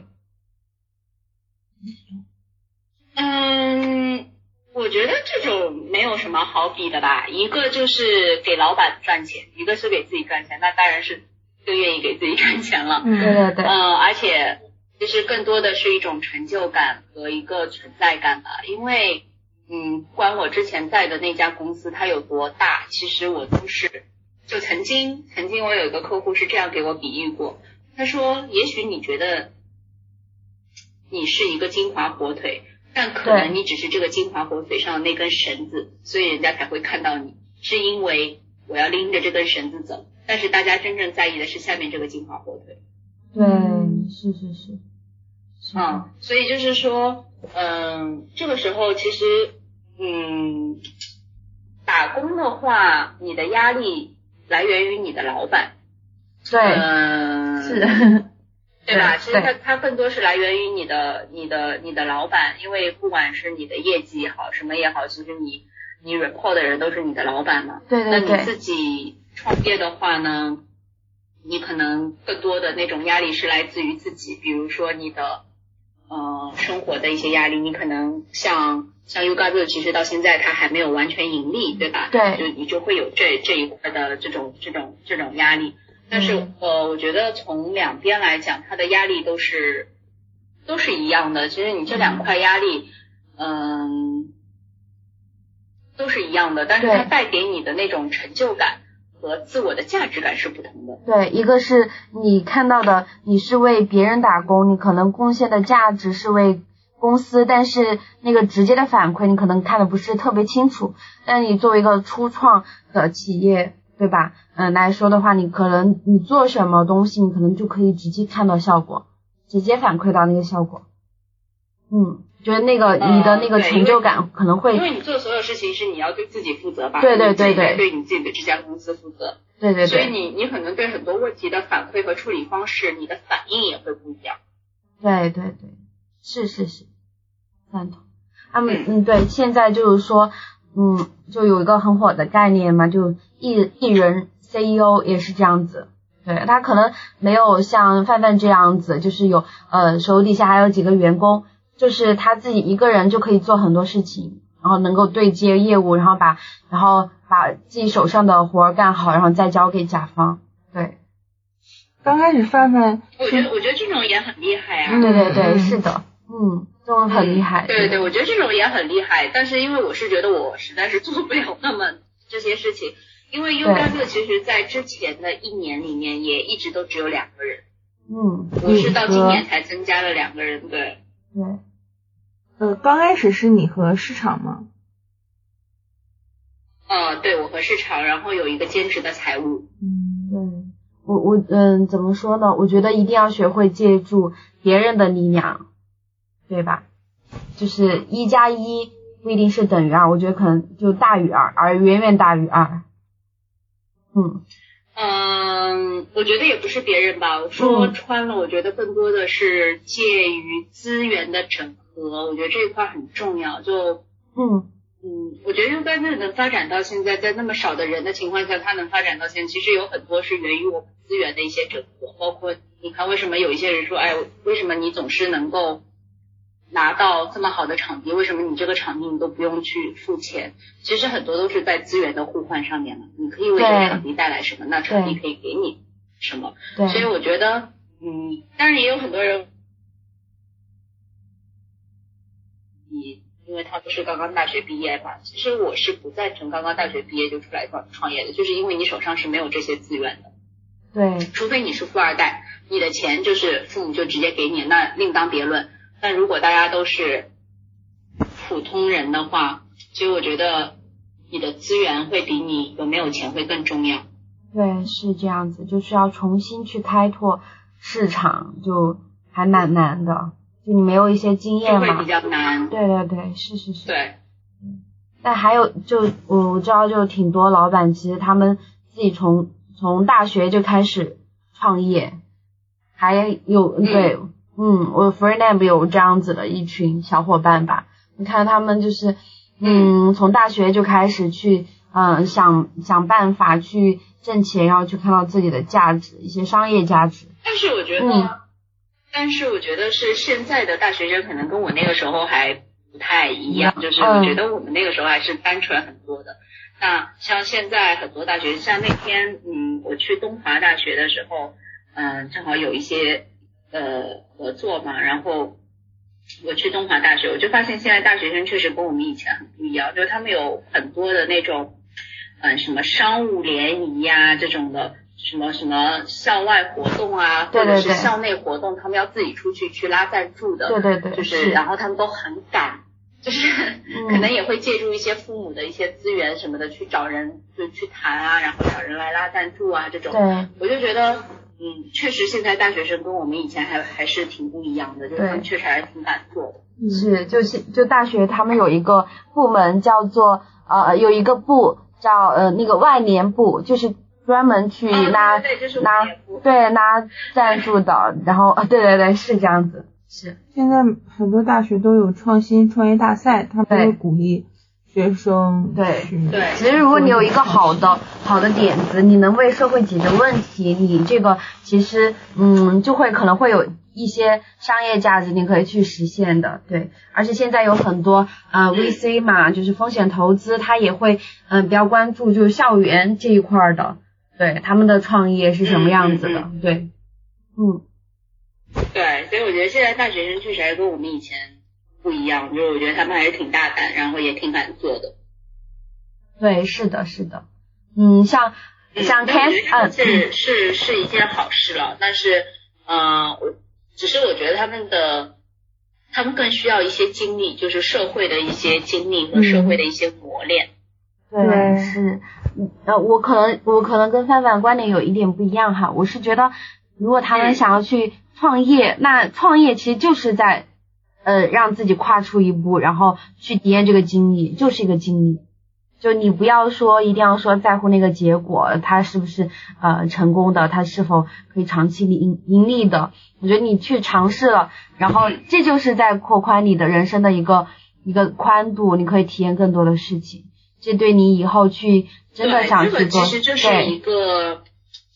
嗯，我觉得这种没有什么好比的吧，一个就是给老板赚钱，一个是给自己赚钱，那当然是更愿意给自己赚钱了。 嗯，对对对。 呃，而且其实更多的是一种成就感和一个存在感吧，因为嗯，不管我之前在的那家公司它有多大，其实我都是就曾经曾经我有一个客户是这样给我比喻过，他说也许你觉得你是一个金华火腿，但可能你只是这个金华火腿上的那根绳子，所以人家才会看到你，是因为我要拎着这根绳子走，但是大家真正在意的是下面这个金华火腿。 对，是是是。 嗯，所以就是说，嗯，这个时候其实，嗯，打工的话，你的压力来源于你的老板。 对， 嗯， 是。 对吧？其实它它更多是来源于你的你的你的老板，因为不管是你的业绩也好，什么也好，其实你你 report 的人都是你的老板嘛。 对对对。 那你自己创业的话呢，你可能更多的那种压力是来自于自己，比如说你的呃生活的一些压力，你可能像像 YouGaView 其实到现在它还没有完全盈利，对吧？ 对。 就你就会有这这一块的这种这种这种压力。但是、嗯、呃，我觉得从两边来讲，它的压力都是都是一样的。其实你这两块压力，嗯，都是一样的，但是它带给你的那种成就感和自我的价值感是不同的。 对，一个是你看到的，你是为别人打工，你可能贡献的价值是为公司，但是那个直接的反馈你可能看的不是特别清楚。但你作为一个初创的企业，对吧？嗯，来说的话，你可能你做什么东西，你可能就可以直接看到效果，直接反馈到那个效果。嗯，觉得那个、嗯、你的那个成就感可能会， 因为你做所有事情是你要对自己负责吧？ 对对对对， 对你自己的这家公司负责。 对对对。 所以你你可能对很多问题的反馈和处理方式，你的反应也会不一样。 对对对，是是是，赞同。他们嗯对，现在就是说。嗯，就有一个很火的概念嘛，就艺艺人 C E O 也是这样子， 对，他可能没有像范范这样子，就是有呃手底下还有几个员工，就是他自己一个人就可以做很多事情，然后能够对接业务，然后把然后把自己手上的活儿干好，然后再交给甲方。对， 刚开始范范， 我觉得我觉得这种也很厉害啊。 嗯、对对对，是的，嗯，这种很厉害。 嗯、对对对，我觉得这种也很厉害，但是因为我是觉得我实在是做不了那么这些事情。因为 YouGov 其实在之前的一年里面也一直都只有两个人， 嗯， 我是到今年才增加了两个人，对。 对。 呃，刚开始是你和市场吗？ 呃，对，我和市场，然后有一个兼职的财务。 嗯，对，我我嗯，怎么说呢？我觉得一定要学会借助别人的力量，对吧？就是一加一不一定是等于二，我觉得可能就大于二，而远远大于二。嗯嗯，我觉得也不是别人吧，我说穿了，我觉得更多的是介于资源的整合，我觉得这一块很重要。就嗯嗯，我觉得 YouGov 能发展到现在，在那么少的人的情况下，它能发展到现在，其实有很多是源于我们资源的一些整合，包括你看为什么有一些人说，哎，为什么你总是能够拿到这么好的场地，为什么你这个场地你都不用去付钱？其实很多都是在资源的互换上面嘛。你可以为这个场地带来什么，那场地可以给你什么。 对。 所以我觉得，嗯，当然也有很多人，你因为他不是刚刚大学毕业嘛，其实我是不赞成刚刚大学毕业就出来创创业的，就是因为你手上是没有这些资源的。 对。 除非你是富二代，你的钱就是父母就直接给你，那另当别论。但如果大家都是普通人的话，其实我觉得你的资源会比你有没有钱会更重要。 对，是这样子，就是要重新去开拓市场，就还蛮难的，就你没有一些经验嘛， 就会比较难。 对对对，是是是。 对。 但还有就我我知道就挺多老板其实他们自己从从大学就开始创业，还有、嗯、对。嗯，我 Freelab 有这样子的一群小伙伴吧，你看他们就是嗯从大学就开始去嗯想想办法去挣钱，然后去看到自己的价值，一些商业价值。 但是我觉得、嗯、但是我觉得是现在的大学生可能跟我那个时候还不太一样、嗯、就是我觉得我们那个时候还是单纯很多的、嗯、那像现在很多大学，像那天嗯我去东华大学的时候嗯正好有一些呃合作嘛，然后我去东华大学，我就发现现在大学生确实跟我们以前很不一样，就是他们有很多的那种嗯什么商务联谊呀这种的，什么什么校外活动啊， 对对对， 或者是校内活动，他们要自己出去去拉赞助的， 对对对， 就是然后他们都很赶，就是可能也会借助一些父母的一些资源什么的去找人就去谈啊，然后找人来拉赞助啊这种， 对， 我就觉得嗯，确实现在大学生跟我们以前还还是挺不一样的，就是他们确实还是挺敢做的。 是，就是就大学他们有一个部门叫做呃有一个部叫呃那个外联部，就是专门去拉、 哦、对, 对, 对, 就是拉对拉赞助的，然后啊对对对是这样子。是。 现在很多大学都有创新创业大赛，他们会鼓励学生对对， 其实如果你有一个好的好的点子，你能为社会解决问题，你这个其实嗯就会可能会有一些商业价值，你可以去实现的。对，而且现在有很多呃 V C 嘛，就是风险投资，他也会嗯、呃、比较关注就是校园这一块的，对他们的创业是什么样子的， 嗯嗯嗯对，嗯， 对，所以我觉得现在大学生确实还跟我们以前不一样，就是我觉得他们还是挺大胆，然后也挺敢做的。 对，是的，是的，嗯，像像 Ken， 嗯，是是是一件好事了，但是，嗯、呃，我只是我觉得他们的，他们更需要一些经历，就是社会的一些经历和社会的一些磨练。 嗯、对，是，呃，我可能我可能跟范范观点有一点不一样哈，我是觉得如果他们想要去创业，嗯、那创业其实就是在呃让自己跨出一步，然后去体验这个经历，就是一个经历。就你不要说一定要说在乎那个结果，它是不是呃成功的，它是否可以长期盈盈利的。我觉得你去尝试了，然后这就是在扩宽你的人生的一个一个宽度，你可以体验更多的事情。这对你以后去真的想去做， 对，这个其实就是一个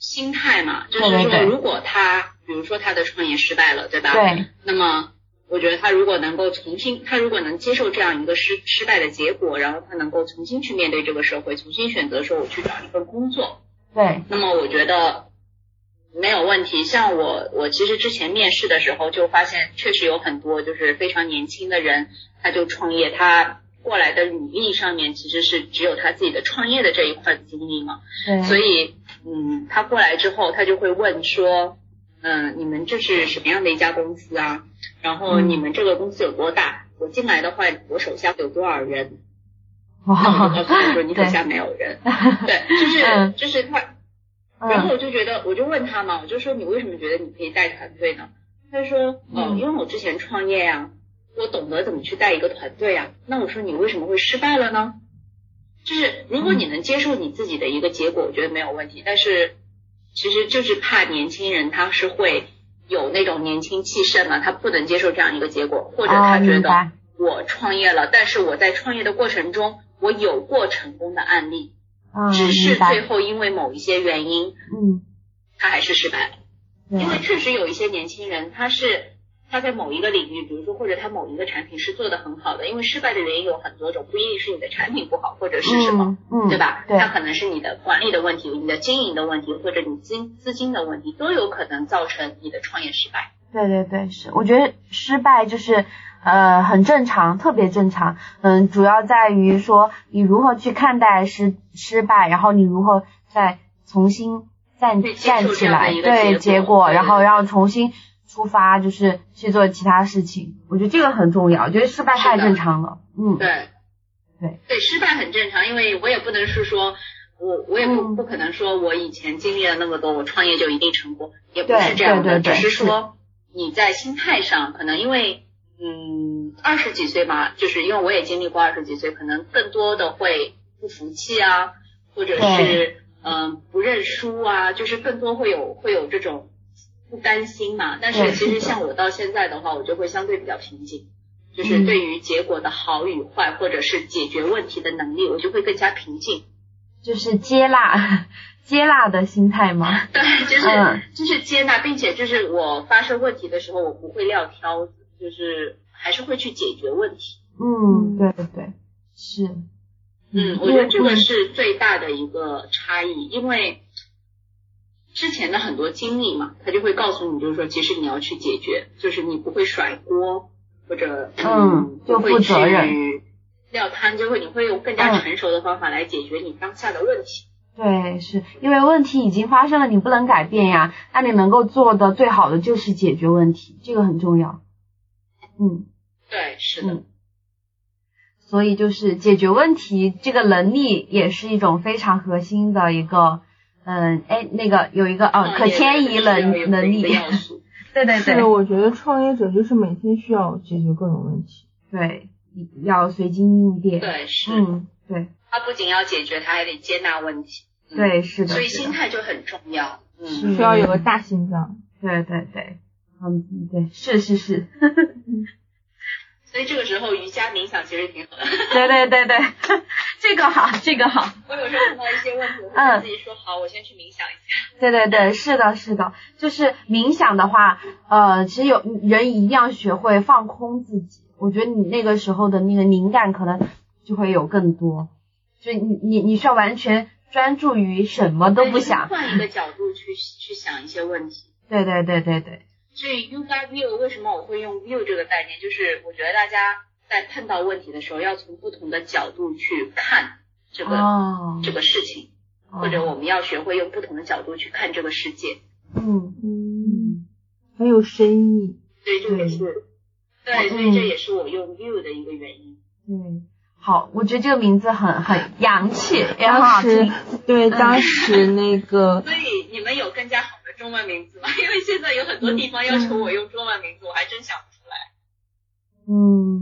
心态嘛，就是说如果他比如说他的创业失败了，对吧？ 对。 那么我觉得他如果能够重新，他如果能接受这样一个失失败的结果，然后他能够重新去面对这个社会，重新选择说我去找一份工作， 对， 那么我觉得没有问题。像我我其实之前面试的时候就发现，确实有很多就是非常年轻的人，他就创业，他过来的履历上面其实是只有他自己的创业的这一块经历嘛， 对， 所以嗯，他过来之后他就会问说，嗯、呃，你们这是什么样的一家公司啊？然后你们这个公司有多大？我进来的话，我手下有多少人？那我就告诉他说，你手下没有人。对，就是嗯、 就是他，然后我就觉得，我就问他嘛，我就说你为什么觉得你可以带团队呢？他说，哦、呃，因为我之前创业呀、啊，我懂得怎么去带一个团队啊。那我说你为什么会失败了呢？就是如果你能接受你自己的一个结果，我觉得没有问题。但是其实就是怕年轻人他是会有那种年轻气盛嘛，他不能接受这样一个结果，或者他觉得我创业了，但是我在创业的过程中我有过成功的案例， 嗯、 只是最后因为某一些原因， 嗯， 他还是失败了。因为确实有一些年轻人，他是他在某一个领域，比如说或者他某一个产品是做得很好的，因为失败的原因有很多种，不一定是你的产品不好或者是什么， 嗯嗯、 对吧？ 对， 它可能是你的管理的问题，你的经营的问题，或者你资资金的问题，都有可能造成你的创业失败。 对对对，是，我觉得失败就是呃很正常，特别正常。嗯，主要在于说你如何去看待失失败，然后你如何再重新站站起来，对结果，然后然后重新出发，就是去做其他事情。我觉得这个很重要，我觉得失败太正常了。嗯， 对对对，失败很正常，因为我也不能是说。我我也不、嗯、不可能说我以前经历了那么多，我创业就一定成功，也不是这样的， 对对对对， 只是说你在心态上，可能因为嗯二十几岁嘛，就是因为我也经历过二十几岁，可能更多的会不服气啊，或者是嗯、呃、不认输啊，就是更多会有会有这种不甘心嘛。但是其实像我到现在的话，我就会相对比较平静，就是对于结果的好与坏，或者是解决问题的能力，我就会更加平静。 就是接纳接纳的心态吗？ 对，就是、 嗯、 就是接纳，并且就是我发生问题的时候，我不会撂挑子，就是还是会去解决问题。 嗯，对对对，是。 嗯，我觉得这个是最大的一个差异，因为之前的很多经历嘛，他就会告诉你，就是说，其实你要去解决，就是你不会甩锅，或者嗯，就负责任。 撂摊，就会你会用更加成熟的方法来解决你当下的问题。 嗯、对，是因为问题已经发生了，你不能改变呀。那你能够做的最好的就是解决问题，这个很重要。嗯， 对，是的。 嗯、所以就是解决问题这个能力也是一种非常核心的一个，嗯，哎，那个有一个哦，可迁移能能力。对对对。 是，我觉得创业者就是每天需要解决各种问题。 对。要随机应变， 对，是， 嗯，对， 他不仅要解决，他还得接纳问题， 嗯、对，是的， 所以心态就很重要，嗯， 需要有个大心脏， 对对对，嗯，对，是是是， 所以这个时候瑜伽冥想其实挺好的， 对对对对，这个好，这个好， 我有时候碰到一些问题，我会跟自己说、嗯、好，我先去冥想一下， 对对对，是的，是的，就是冥想的话，呃，其实有人一定要学会放空自己。我觉得你那个时候的那个灵感可能就会有更多，所以你你你需要完全专注于什么都不想， 换一个角度去去想一些问题。 对对对对对。 所以 Yuga View 为什么我会用 view 这个概念，就是我觉得大家在碰到问题的时候，要从不同的角度去看这个、哦、这个事情，或者我们要学会用不同的角度去看这个世界。 嗯嗯，很有深意。 对，这也是。对，所以这也是我用 view 的一个原因。 嗯，好，我觉得这个名字很很洋气，也很好听。对，当时那个。 所以你们有更加好的中文名字吗？因为现在有很多地方要求我用中文名字，我还真想不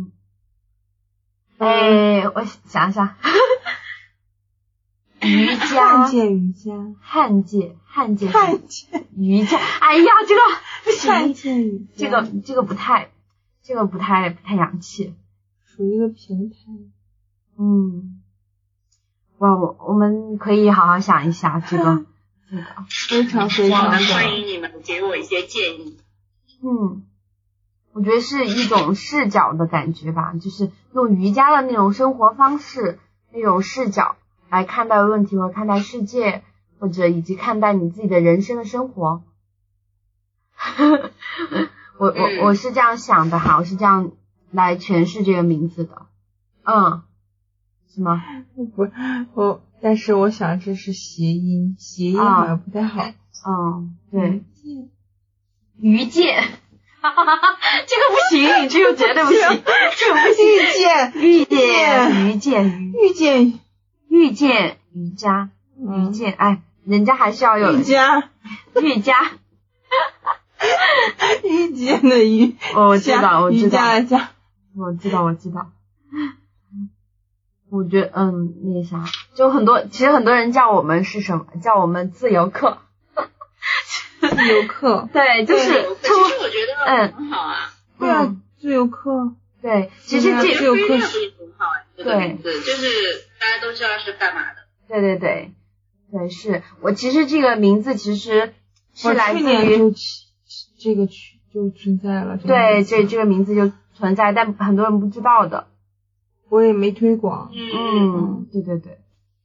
出来。嗯。哎，我想想。瑜伽。 汉界瑜伽。 汉界，汉界。 汉界瑜伽。哎呀，这个不行。 汉界瑜伽。 这个这个不太。这个不太不太洋气， 属于一个平台。 嗯，哇，我我们可以好好想一下这个这个非常非常的欢迎你们给我一些建议。 嗯，我觉得是一种视角的感觉吧，就是用瑜伽的那种生活方式，那种视角来看待问题或看待世界，或者以及看待你自己的人生的生活。我我我是这样想的哈，我是这样来诠释这个名字的。嗯，是吗？ 不，我但是我想这是谐音，谐音好像不太好。 嗯，对。愚见，哈哈哈哈，这个不行，这个绝对不行，这个不行。 遇见， 遇见，遇见， 遇见， 遇见瑜伽，遇见，哎，人家还是要有瑜伽， 瑜伽， 遇见的瑜， 我知道，我知道， 瑜伽的伽， 我知道，我知道。我觉得，嗯，那啥，就很多，其实很多人叫我们是什么？叫我们自由课。 自由课， 对，就是，其实我觉得很好啊。 对啊，自由课， 对，其实这自由课很好哎，这个名字就是大家都知道是干嘛的。 对对对，对，是我其实这个名字其实是来自于就这个就存在了。 对，这这个名字就存在，但很多人不知道的。 我也没推广。 嗯，对对对。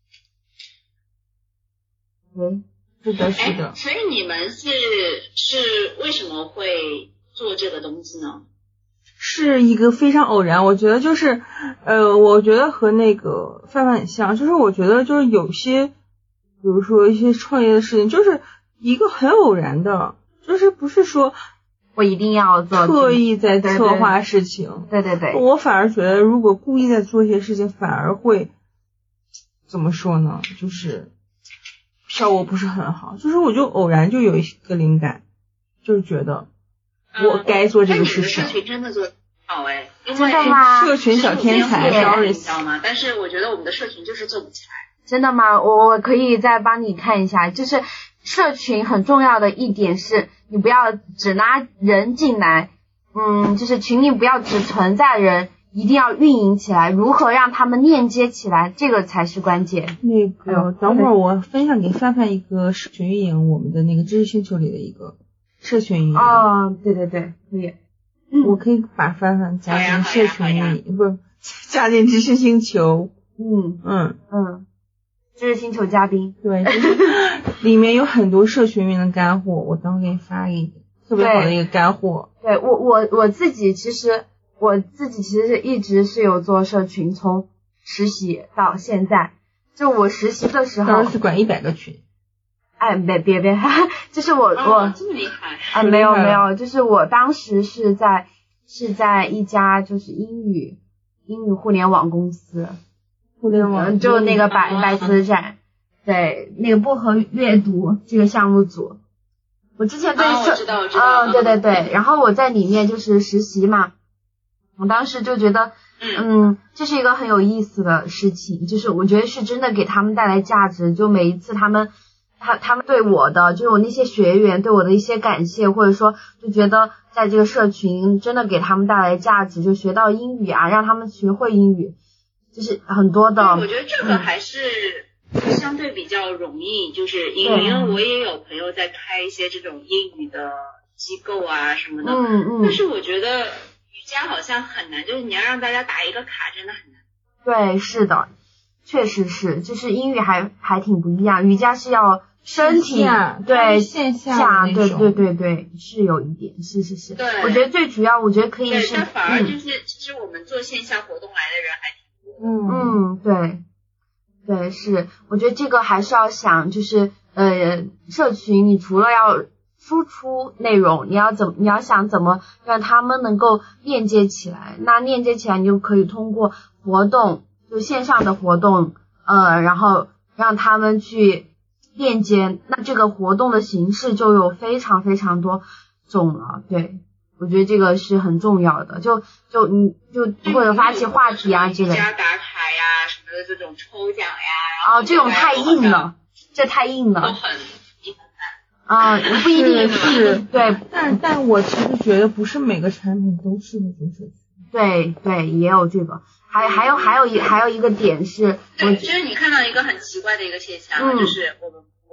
喂。 是的，是的。 所以你们是是为什么会做这个东西呢？ 是一个非常偶然，我觉得就是呃，我觉得和那个范范很像，就是我觉得就是有些，比如说一些创业的事情，就是一个很偶然的，就是不是说我一定要做特意在策划事情。 对对 对, 对, 对， 我反而觉得如果故意在做一些事情，反而会怎么说呢？就是效果不是很好，就是我就偶然就有一个灵感，就是觉得我该做这个事情。 嗯、社群真的做得好哎，因真的吗？ 社群小天才 ，sorry， 你知道吗？但是我觉得我们的社群就是做不起来。 真的吗？我我可以再帮你看一下，就是社群很重要的一点是，你不要只拉人进来，嗯，就是群里不要只存在人。一定要运营起来，如何让他们链接起来，这个才是关键。 那个，等会儿我分享给范范一个社群运营，我们的那个知识星球里的一个社群运营。 哦，对对对，可以。 我可以把范范加进社群运营，不，加进知识星球。 嗯嗯嗯，知识星球嘉宾。 对，就是里面有很多社群运营的干货，我等会儿给你发一个特别好的一个干货。 对，我我我自己其实。我自己其实是一直是有做社群，从实习到现在。就我实习的时候， 当时是管一百个群。 哎，别别别，就是我、 哦、 我这么厉害啊，没有没有，就是我当时是在是在一家就是英语英语互联网公司， 互联网就那个百百思展，对，那个薄荷阅读这个项目组。我之前对社，我知道我知道， 嗯，对对对，然后我在里面就是实习嘛。我当时就觉得，嗯，这是一个很有意思的事情，就是我觉得是真的给他们带来价值。就每一次他们，他他们对我的，就是我那些学员对我的一些感谢，或者说就觉得在这个社群真的给他们带来价值，就学到英语啊，让他们学会英语，就是很多的。 我觉得这个还是相对比较容易，就是英语，因为我也有朋友在开一些这种英语的机构啊什么的， 嗯嗯， 但是我觉得。瑜伽好像很难，就是你要让大家打一个卡真的很难。 对，是的，确实是，就是英语还还挺不一样，瑜伽是要身体对线下对对对对，是有一点，是是是。 对， 我觉得最主要，我觉得可以是， 但反而就是、嗯、其实我们做线下活动来的人还挺多。嗯嗯，对对是，我觉得这个还是要想，就是呃，社群你除了要。输出内容，你要怎么？你要想怎么让他们能够链接起来？那链接起来，你就可以通过活动，就线上的活动，呃，然后让他们去链接。那这个活动的形式就有非常非常多种了。对，我觉得这个是很重要的。就就你就或者发起话题啊，这个。 加打卡呀什么的这种抽奖呀。 哦，这种太硬了，这太硬了。 都很。 啊、呃，不一定是， 对， 但但我其实觉得不是每个产品都适合做社群。 对对，也有这个，还还有还有一还有一个点是， 对，就是你看到一个很奇怪的一个现象，嗯、就是我们我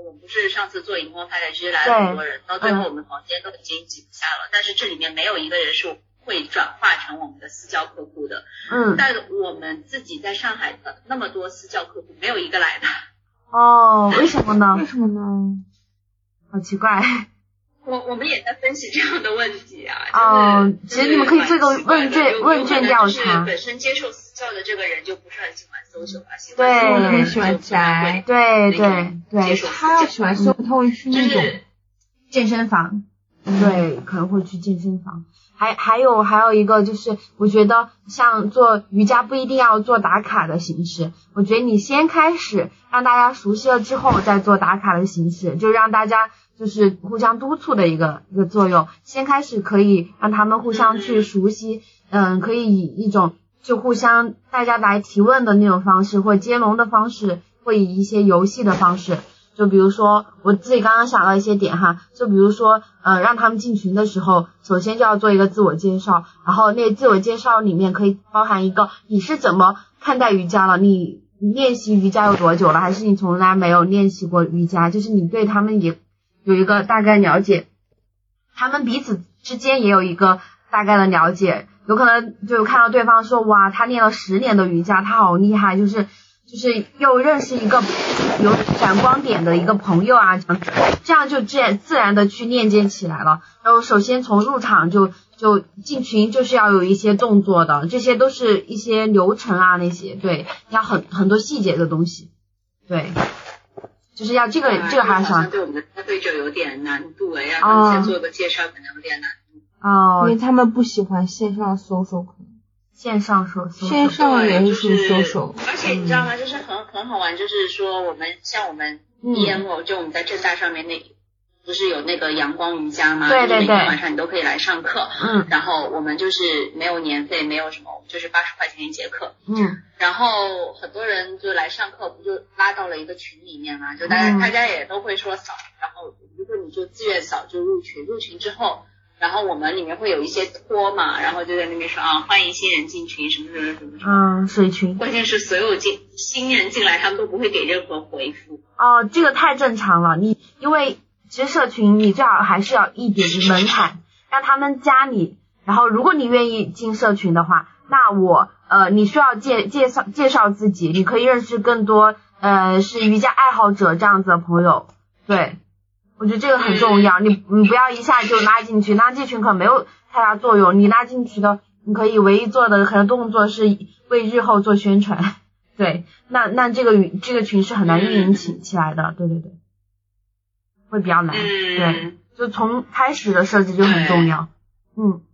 我们不是上次做荧光派对，其实来了很多人，到最后我们房间都已经挤不下了，但是这里面没有一个人是会转化成我们的私教客户的。 嗯， 但我们自己在上海的那么多私教客户，没有一个来的。 哦，为什么呢？ 为什么呢？ 好奇怪。 我我们也在分析这样的问题啊。 哦、 就是， 其实你们可以做个问卷问卷调查。 本身接受私教的这个人就不是很喜欢social 吧，喜对， 很喜欢宅。 对对对， 他要喜欢 social， 他会去那种健身房。对，可能会去健身房。还还有还有一个就是，我觉得像做瑜伽不一定要做打卡的形式，我觉得你先开始让大家熟悉了之后再做打卡的形式，就让大家就是互相督促的一个一个作用。先开始可以让他们互相去熟悉，嗯，可以以一种就互相大家来提问的那种方式，或接龙的方式，或以一些游戏的方式。就比如说我自己刚刚想到一些点哈，就比如说呃让他们进群的时候，首先就要做一个自我介绍，然后那自我介绍里面可以包含一个你是怎么看待瑜伽了，你练习瑜伽有多久了，还是你从来没有练习过瑜伽，就是你对他们也有一个大概了解，他们彼此之间也有一个大概的了解，有可能就看到对方说哇他练了十年的瑜伽，他好厉害，就是就是又认识一个有闪光点的一个朋友啊，这样就自然自然的去链接起来了。然后首先从入场就就进群就是要有一些动作的，这些都是一些流程啊那些，对，要很很多细节的东西，对，就是要这个、啊、这个还是好像对我们的派对就有点难度哎，让他们先做个介绍可能有点难度哦， 因为他们不喜欢线上搜索可能。 线上搜索， 线上也是搜索， 而且你知道吗？就是很很好玩，就是说我们像我们 E M O，、嗯、就我们在正大上面那不是有那个阳光瑜伽吗？ 对对对， 每天晚上你都可以来上课。 嗯， 然后我们就是没有年费，没有什么，就是八十块钱一节课。 嗯， 然后很多人就来上课，不就拉到了一个群里面嘛？就大家、嗯、大家也都会说扫，然后如果你就自愿扫就入群，入群之后。然后我们里面会有一些托嘛，然后就在那边说啊，欢迎新人进群，什么什么什么什么。 嗯，水群。 关键是所有进新人进来，他们都不会给任何回复。 哦，这个太正常了。你因为其实社群你最好还是要一点门槛，让他们加你。然后如果你愿意进社群的话，那我呃你需要介介绍介绍自己，你可以认识更多呃是瑜伽爱好者这样子的朋友，对。我觉得这个很重要，你你不要一下就拉进去，拉进群可能没有太大作用。你拉进去的，你可以唯一做的可能动作是为日后做宣传，对，那那这个这个群是很难运营起起来的，对对对，会比较难，对，就从开始的设计就很重要，嗯，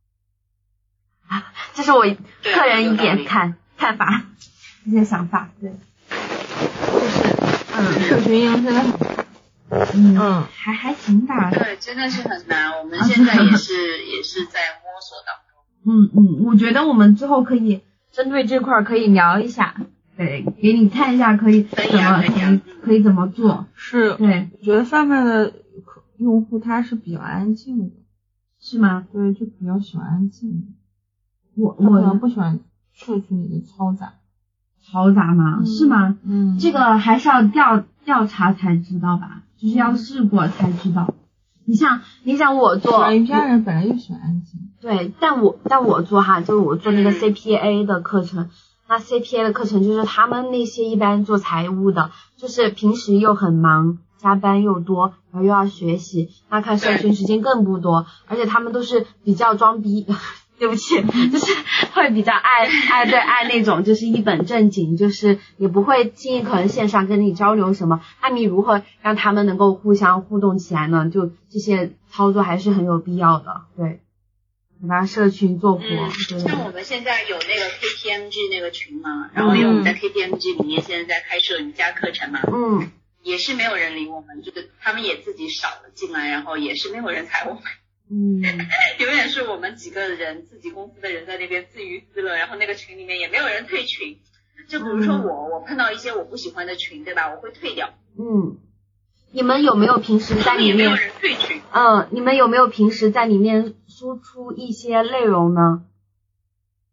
这是我个人一点看看法，一些想法，对，就是嗯， 社群运营真的很。 嗯, 嗯，还还行吧。 对，真的是很难。我们现在也是也是在摸索当中。 嗯嗯，我觉得我们之后可以针对这块可以聊一下，对，给你看一下可以怎么可以、啊、可以怎么做。 是，对，我觉得范范的用户他是比较安静的， 是吗？ 对，就比较喜欢安静。 我我可能不喜欢社群里的嘈杂。 嘈杂吗？嗯、是吗？ 嗯， 这个还是要调调查才知道吧。就是要试过才知道。你像你想我做瑜伽人本来就喜欢安静。 对，但我但我做哈，就是我做那个 C P A 的课程，那 C P A 的课程就是他们那些一般做财务的，就是平时又很忙，加班又多，然后又要学习，那看社群时间更不多，而且他们都是比较装逼。对不起，就是会比较爱爱对爱那种，就是一本正经，就是也不会轻易可能线上跟你交流什么。那你如何让他们能够互相互动起来呢？就这些操作还是很有必要的。对，把社群做火。 嗯，像我们现在有那个 K P M G 那个群嘛，然后因为我们在 K P M G 里面现在在开设瑜伽课程嘛， 嗯， 也是没有人理我们，就是他们也自己少了进来，然后也是没有人睬我们。 嗯， 永远是我们几个人自己公司的人在那边自娱自乐，然后那个群里面也没有人退群。就比如说我，嗯、我碰到一些我不喜欢的群，对吧？我会退掉。 嗯，你们有没有平时在里面？ 也没有人退群。 嗯，你们有没有平时在里面输出一些内容呢？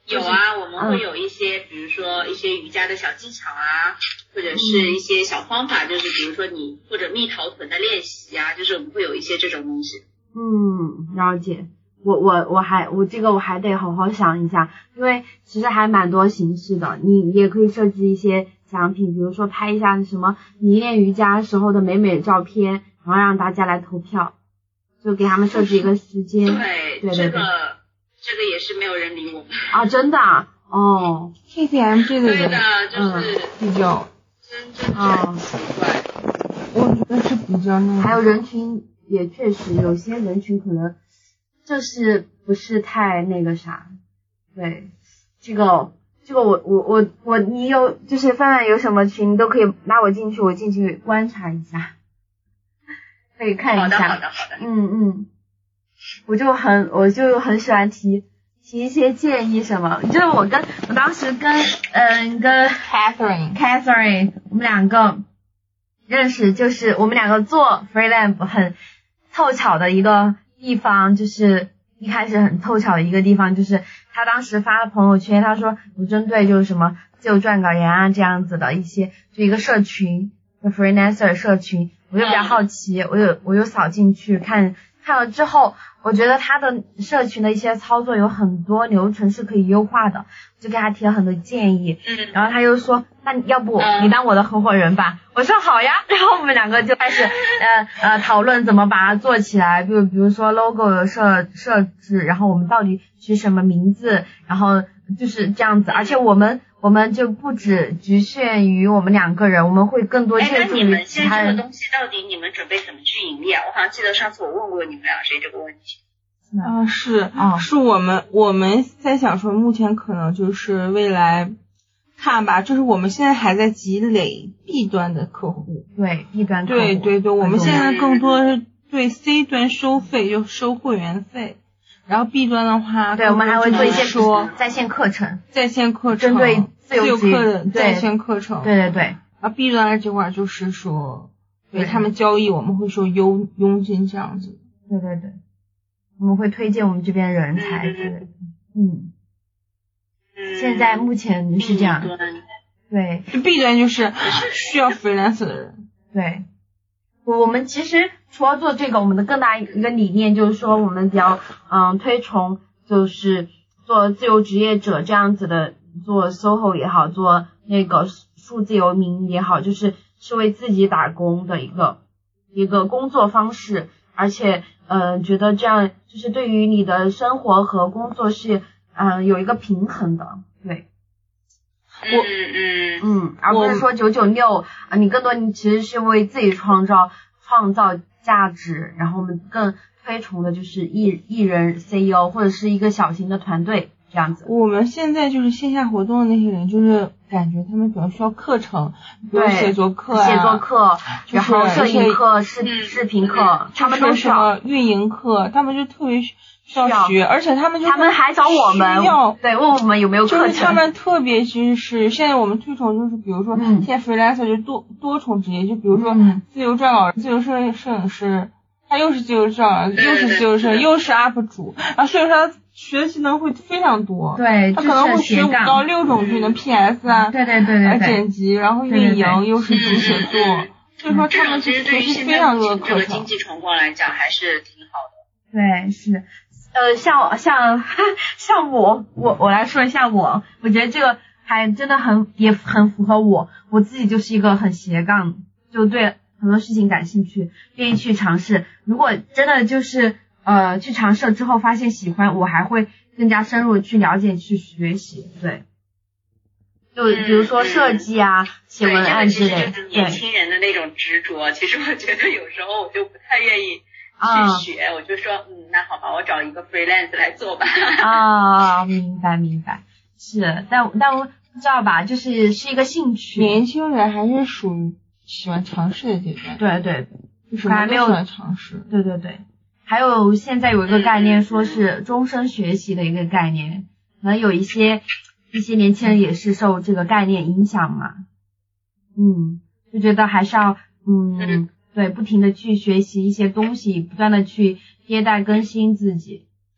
有啊，我们会有一些，嗯、比如说一些瑜伽的小技巧啊，或者是一些小方法，就是比如说你或者蜜桃臀的练习啊，就是我们会有一些这种东西。 嗯，了解。我我我还我这个我还得好好想一下，因为其实还蛮多形式的，你也可以设置一些奖品，比如说拍一下什么你练瑜伽时候的美美照片，然后让大家来投票，就给他们设置一个时间。 对， 对对对， 这个这个也是没有人理我们啊，真的啊，哦 ，K P M G 的人， 对的，就是比较真真的很奇怪。 我觉得是比较那个， 还有人群也确实有些人群可能就是不是太那个啥，对，这个这个我我我我你有就是范范有什么群都可以拉我进去，我进去观察一下，可以看一下。 好的好的好的。 嗯嗯，我就很我就很喜欢提提一些建议什么，就是我跟我当时跟嗯跟 Catherine Catherine 我们两个认识，就是我们两个做 freelance 很凑巧的一个地方，就是一开始很凑巧的一个地方，就是他当时发了朋友圈，他说我针对就是什么自由撰稿人啊这样子的一些就一个社群，就 freelancer 社群，我就比较好奇，我有我有扫进去看看了之后，我觉得他的社群的一些操作有很多流程是可以优化的，就给他提了很多建议， 嗯， 然后他又说那要不你当我的合伙人吧，我说好呀，然后我们两个就开始呃呃讨论怎么把它做起来，就比如说 logo 的设设置，然后我们到底取什么名字，然后就是这样子，而且我们我们就不只局限于我们两个人，我们会更多借助于其他人。 哎，那你们现在这个东西到底你们准备怎么去盈利啊？我好像记得上次我问过你们俩谁这个问题。 啊，是哦， 是我们我们在想说，目前可能就是未来看吧，就是我们现在还在积累 B 端的客户， 对 B 端客户， 对对对，我们现在更多是对 C 端收费，就收会员费，然后 B 端的话， 对，我们还会做一些说在线课程， 在线课程， 针对自由课的在线课程， 对对对， 然后 B 端的这块就是说，对他们交易我们会收佣佣金这样子， 对对对。我们会推荐我们这边人才之类的，嗯，现在目前是这样，对 ，B 端就是需要 freelancer 的人， 对，我们其实除了做这个，我们的更大一个理念就是说，我们比较嗯推崇就是做自由职业者这样子的，做 S O H O 也好，做那个数字游民也好，就是是为自己打工的一个一个工作方式，而且呃觉得这样就是对于你的生活和工作是嗯、呃、有一个平衡的，对。 我嗯嗯嗯，而不是说九九六啊，你更多你其实是为自己创造创造价值，然后我们更推崇的就是艺艺人 C E O 或者是一个小型的团队这样子。 我们现在就是线下活动的那些人，就是感觉他们比较需要课程，比如写作课啊， 写作课， 就是、 然后摄影课、视、 嗯、 视频课，他们都需要运营课，他们就特别需要学，而且他们就他们还找我们，对，问我们有没有课程。 就是他们特别就是现在我们推崇就是比如说、嗯、现在 freelancer 就多多重职业，就比如说自由撰稿人、自由摄摄影师，他又是自由撰稿人，又是自由摄影，又是 U P 主，然后所以说他学技能会非常多。 对， 他可能会学五到六种技能 ，P S 啊， 对对对对对， 剪辑，然后运营，又是主写作，所以说他们其实对于现在这个经济状况来讲还是挺好的。 对，是。呃，像像像我我我来说一下我，我觉得这个还真的很也很符合我，我自己就是一个很斜杠，就对很多事情感兴趣，愿意去尝试。如果真的就是呃去尝试了之后发现喜欢，我还会更加深入去了解去学习。对，就比如说设计啊、嗯、写文案之类的。 就是年轻人的那种执着，其实我觉得有时候我就不太愿意。去学、嗯，我就说，嗯，那好吧，我找一个 freelance 来做吧。 啊，明白明白，是，但但我不知道吧，就是是一个兴趣。 年轻人还是属于喜欢尝试的阶段。 对对， 就是还没有喜欢尝试。 对对对，还有现在有一个概念，说是终身学习的一个概念，可能有一些一些年轻人也是受这个概念影响嘛。嗯，就觉得还是要嗯。嗯对，不停的去学习一些东西，不断的去迭代更新自己。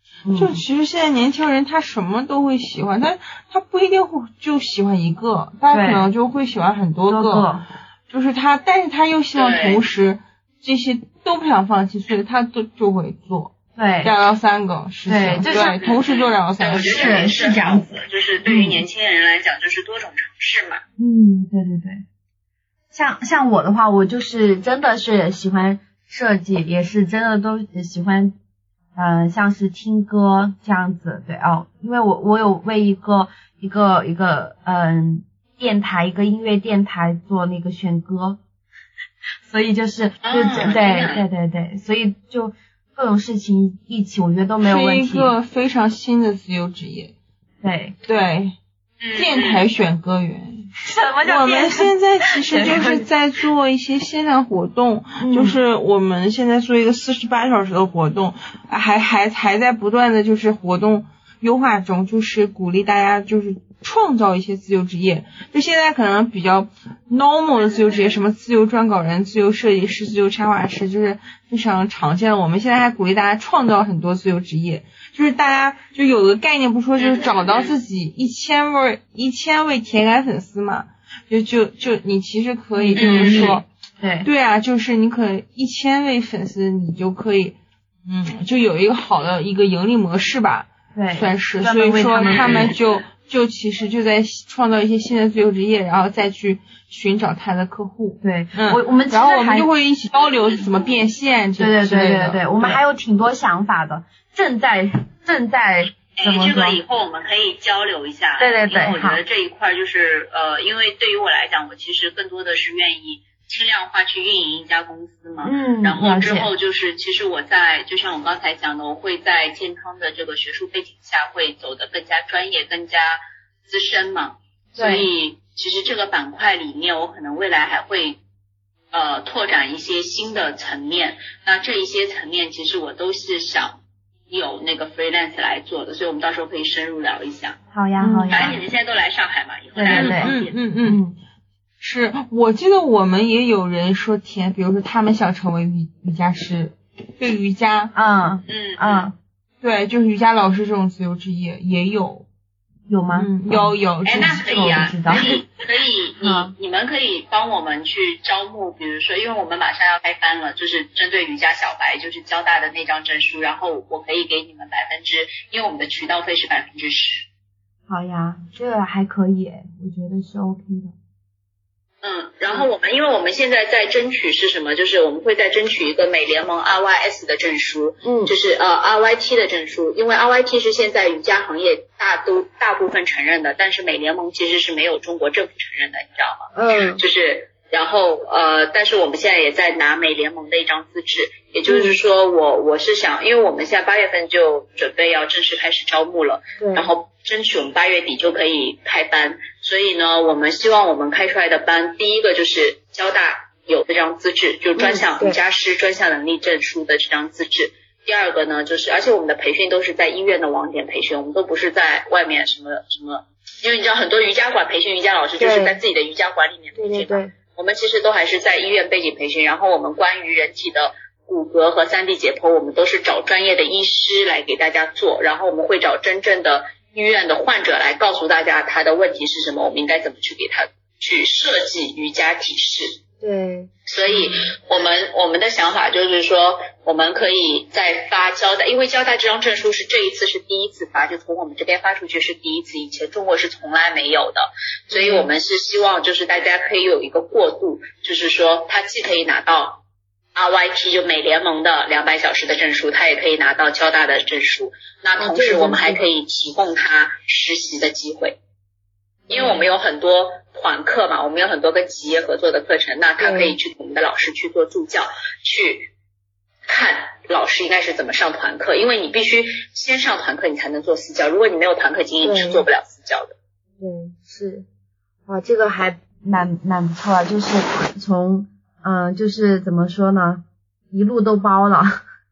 就其实现在年轻人他什么都会喜欢，但他不一定会就喜欢一个，他可能就会喜欢很多个， 个就是他，但是他又希望同时这些都不想放弃，所以他都就会做。 对， 两到三个事情， 对， 对，同时做两到三个事情， 是是这样子， 就是对于年轻人来讲，就是多种尝试嘛。 嗯，对对对。像像我的话，我就是真的是喜欢设计，也是真的都喜欢，呃，像是听歌这样子，对哦，因为我我有为一个一个一个嗯电台一个音乐电台做那个选歌，所以就是就、啊、对对对对，所以就各种事情一起，我觉得都没有问题。 是一个非常新的自由职业。 对对，电台选歌员。 什么叫我们现在其实就是在做一些线上活动，嗯、就是我们现在做一个四十八小时的活动，还还还在不断的就是活动优化中，就是鼓励大家就是创造一些自由职业。就现在可能比较 normal 的自由职业，什么自由撰稿人、自由设计师、自由插画师，就是非常常见的。我们现在还鼓励大家创造很多自由职业。就是大家就有个概念，不说就是找到自己一千位一千位铁杆粉丝嘛，就就就你其实可以就是说， 对对啊，就是你可以一千位粉丝，你就可以，嗯，就有一个好的一个盈利模式吧， 对， 算是，所以说他们就就其实就在创造一些新的自由职业，然后再去寻找他的客户， 对， 嗯， 我我们然后我们就会一起交流怎么变现， 对对对对对，我们还有挺多想法的。正在正在怎么说？ 这个以后我们可以交流一下。 对对对， 因为我觉得这一块就是呃，因为对于我来讲，我其实更多的是愿意轻量化去运营一家公司嘛。 嗯。 然后之后就是，其实我在就像我刚才讲的，我会在健康的这个学术背景下，会走得更加专业、更加资深嘛。所以其实这个板块里面，我可能未来还会呃拓展一些新的层面。那这一些层面，其实我都是想有那个 freelance 来做的，所以我们到时候可以深入聊一下。 好呀，好呀。 反正你们现在都来上海嘛，以后大家都方便。 嗯嗯嗯。是，我记得我们也有人说填，比如说他们想成为瑜瑜伽师，对瑜伽， 嗯嗯嗯， 对，就是瑜伽老师这种自由职业也有。 有吗？ 嗯，有有。 哎，那可以啊，可以可以，你、 嗯、 你们可以帮我们去招募，比如说，因为我们马上要开班了，就是针对瑜伽小白，就是交大的那张证书，然后我可以给你们百分之，因为我们的渠道费是百分之十。 好呀，这个还可以，我觉得是 OK 的。 嗯，然后我们因为我们现在在争取是什么？就是我们会再争取一个美联盟 R Y S 的证书， 嗯， 就是呃 R Y T 的证书，因为 R Y T 是现在瑜伽行业大都大部分承认的，但是美联盟其实是没有中国政府承认的，你知道吗？ 嗯， 就是然后呃，但是我们现在也在拿美联盟的一张资质，也就是说我我是想，因为我们现在八月份就准备要正式开始招募了， 对， 然后争取我们八月底就可以开班，所以呢，我们希望我们开出来的班，第一个就是交大有这张资质，就专项瑜伽师专项能力证书的这张资质。第二个呢，就是而且我们的培训都是在医院的网点培训，我们都不是在外面什么什么，因为你知道很多瑜伽馆培训瑜伽老师就是在自己的瑜伽馆里面培训嘛， 对对对， 我们其实都还是在医院背景培训，然后我们关于人体的骨骼和 三 D 解剖，我们都是找专业的医师来给大家做，然后我们会找真正的医院的患者来告诉大家他的问题是什么，我们应该怎么去给他去设计瑜伽体式。 对， 所以我们我们的想法就是说，我们可以再发交大，因为交大这张证书是这一次是第一次发，就从我们这边发出去是第一次，以前中国是从来没有的，所以我们是希望就是大家可以有一个过渡，就是说他既可以拿到 R Y T 就美联盟的两百小时的证书，他也可以拿到交大的证书，那同时我们还可以提供他实习的机会，因为我们有很多团课嘛，我们有很多跟企业合作的课程，那他可以去我们的老师去做助教，去看老师应该是怎么上团课，因为你必须先上团课你才能做私教，如果你没有团课经验你是做不了私教的。 对，是，哇，这个还蛮蛮不错，就是从嗯、呃，就是怎么说呢，一路都包了。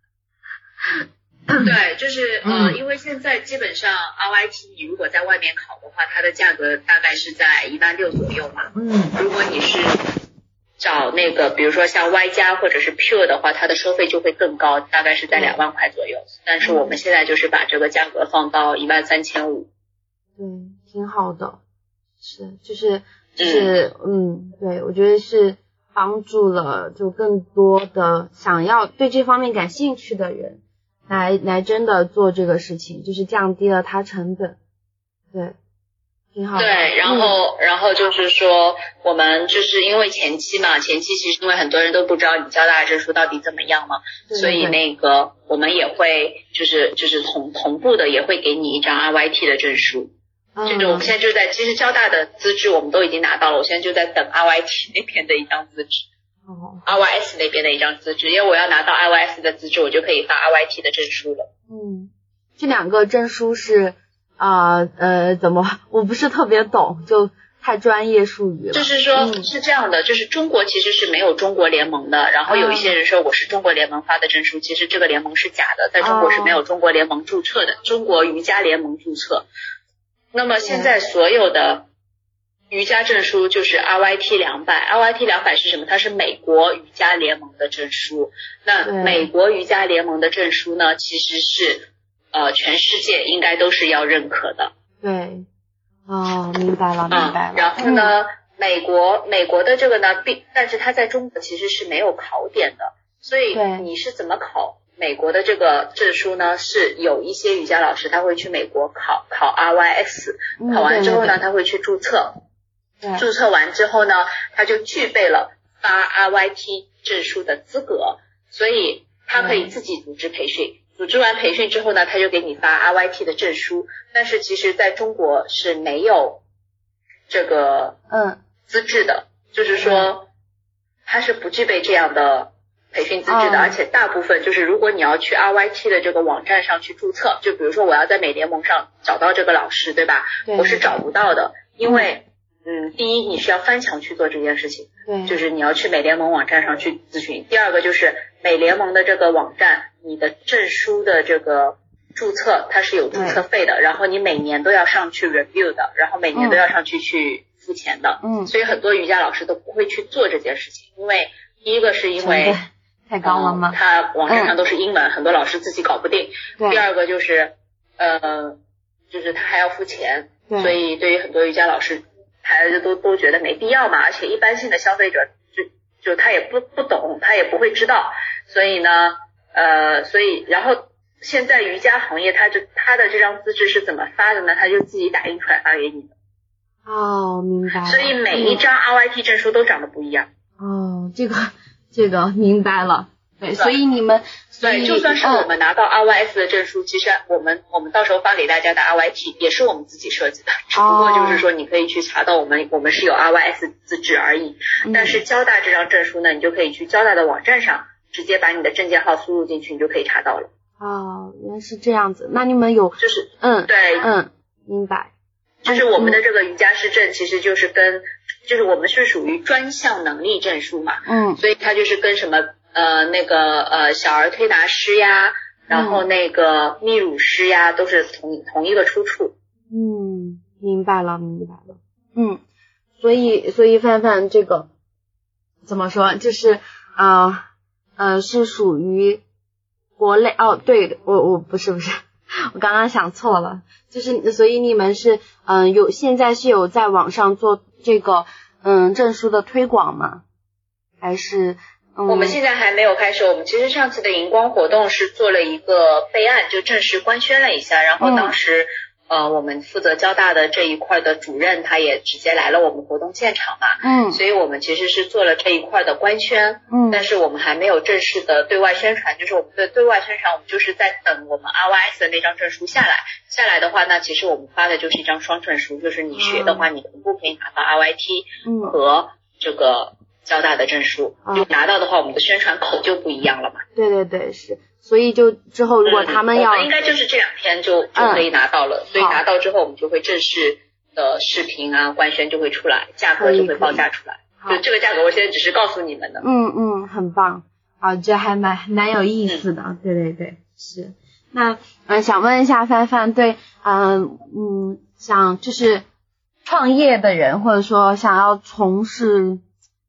对，就是呃、 嗯， 因为现在基本上 R Y T 你如果在外面考的话，它的价格大概是在一万六左右嘛。 嗯， 如果你是找那个比如说像 Y 加或者是 Pure 的话，它的收费就会更高，大概是在两万块左右。但是我们现在就是把这个价格放到一万三千五。 对，挺好的。是，就是就是嗯, 嗯，对，我觉得是帮助了就更多的想要对这方面感兴趣的人来来真的做这个事情，就是降低了它成本。对。挺好的。 对，然后、嗯、然后就是说我们就是因为前期嘛，前期其实因为很多人都不知道你交大的证书到底怎么样嘛， 对对对， 所以那个我们也会就是就是同同步的也会给你一张 I Y T 的证书。嗯，就是我们现在就在其实交大的资质我们都已经拿到了，我现在就在等 I Y T 那边的一张资质。哦 I Y S 那边的一张资质，因为我要拿到 I Y S 的资质，我就可以发 I Y T 的证书了。 嗯，这两个证书是啊 呃, 呃怎么我不是特别懂，就太专业术语了。 就是说、 嗯、 是这样的，就是中国其实是没有中国联盟的，然后有一些人说我是中国联盟发的证书、嗯、其实这个联盟是假的，在中国是没有中国联盟注册的、哦、中国瑜伽联盟注册。那么现在所有的瑜伽证书就是 I Y T 两百 I Y T 两百是什么？它是美国瑜伽联盟的证书。那美国瑜伽联盟的证书呢，其实是呃全世界应该都是要认可的。 对，哦，明白了明白了、 嗯、然后呢、嗯、美国美国的这个呢并但是它在中国其实是没有考点的，所以你是怎么考美国的这个证书呢？是有一些瑜伽老师他会去美国考考 R Y S、嗯、考完之后呢对对对他会去注册，注册完之后呢他就具备了发 I Y T 证书的资格，所以他可以自己组织培训、嗯、组织完培训之后呢他就给你发 I Y T 的证书。但是其实在中国是没有这个嗯资质的、嗯、就是说他是不具备这样的培训资质的、嗯、而且大部分就是如果你要去 I Y T 的这个网站上去注册，就比如说我要在美联盟上找到这个老师，对吧？ 对， 我是找不到的，因为嗯，第一你是要翻墙去做这件事情， 对， 就是你要去美联盟网站上去咨询。第二个就是美联盟的这个网站，你的证书的这个注册它是有注册费的，然后你每年都要上去 review 的，然后每年都要上去去付钱的。嗯，所以很多瑜伽老师都不会去做这件事情，因为第一个是因为太高了吗？ 嗯、他网站上都是英文、嗯，很多老师自己搞不定。第二个就是呃，就是他还要付钱，所以对于很多瑜伽老师，孩子都都觉得没必要嘛，而且一般性的消费者就就他也不不懂，他也不会知道，所以呢，呃，所以然后现在瑜伽行业他这他的这张资质是怎么发的呢？他就自己打印出来发给你的。 哦，明白了。 所以每一张 I Y T 证书都长得不一样。 哦，这个这个明白了。对，所以你们对，就算是我们拿到 I Y S 的证书、嗯、其实我们我们到时候发给大家的 I Y T 也是我们自己设计的，只不过就是说你可以去查到我们、哦、我们是有 I Y S 资质而已、嗯、但是交大这张证书呢，你就可以去交大的网站上直接把你的证件号输入进去，你就可以查到了。 哦，原来是这样子。那你们有就是嗯对嗯明白， 就是我们的这个瑜伽师证其实就是跟就是我们是属于专项能力证书嘛， 嗯， 所以它就是跟什么呃那个呃小儿推拿师呀，然后那个泌乳师呀，都是同同一个出处。 嗯，明白了明白了。嗯，所以所以范范这个怎么说，就是呃呃是属于国内哦，对我我不是不是我刚刚想错了，就是所以你们是嗯、呃、有现在是有在网上做这个嗯证书的推广吗？还是嗯我们现在还没有开始，我们其实上次的荧光活动是做了一个备案，就正式官宣了一下，然后当时、嗯、呃我们负责交大的这一块的主任他也直接来了我们活动现场嘛， 嗯， 所以我们其实是做了这一块的官宣， 嗯， 但是我们还没有正式的对外宣传，就是我们的对外宣传我们就是在等我们 I Y S 的那张证书下来，下来的话那其实我们发的就是一张双证书，就是你学的话、嗯、你同步可以拿到 I Y T 和这个交大的证书、嗯、就拿到的话我们的宣传口就不一样了嘛。 对对对，是，所以就之后如果他们要、嗯、 我们应该就是这两天就就可以拿到了、嗯、所以拿到之后我们就会正式的视频啊官宣就会出来，价格就会报价出来，就这个价格我现在只是告诉你们的。 嗯嗯，很棒啊，这还蛮蛮有意思的、嗯、对对对，是。那嗯想问一下范范，对嗯嗯想就是创业的人或者说想要从事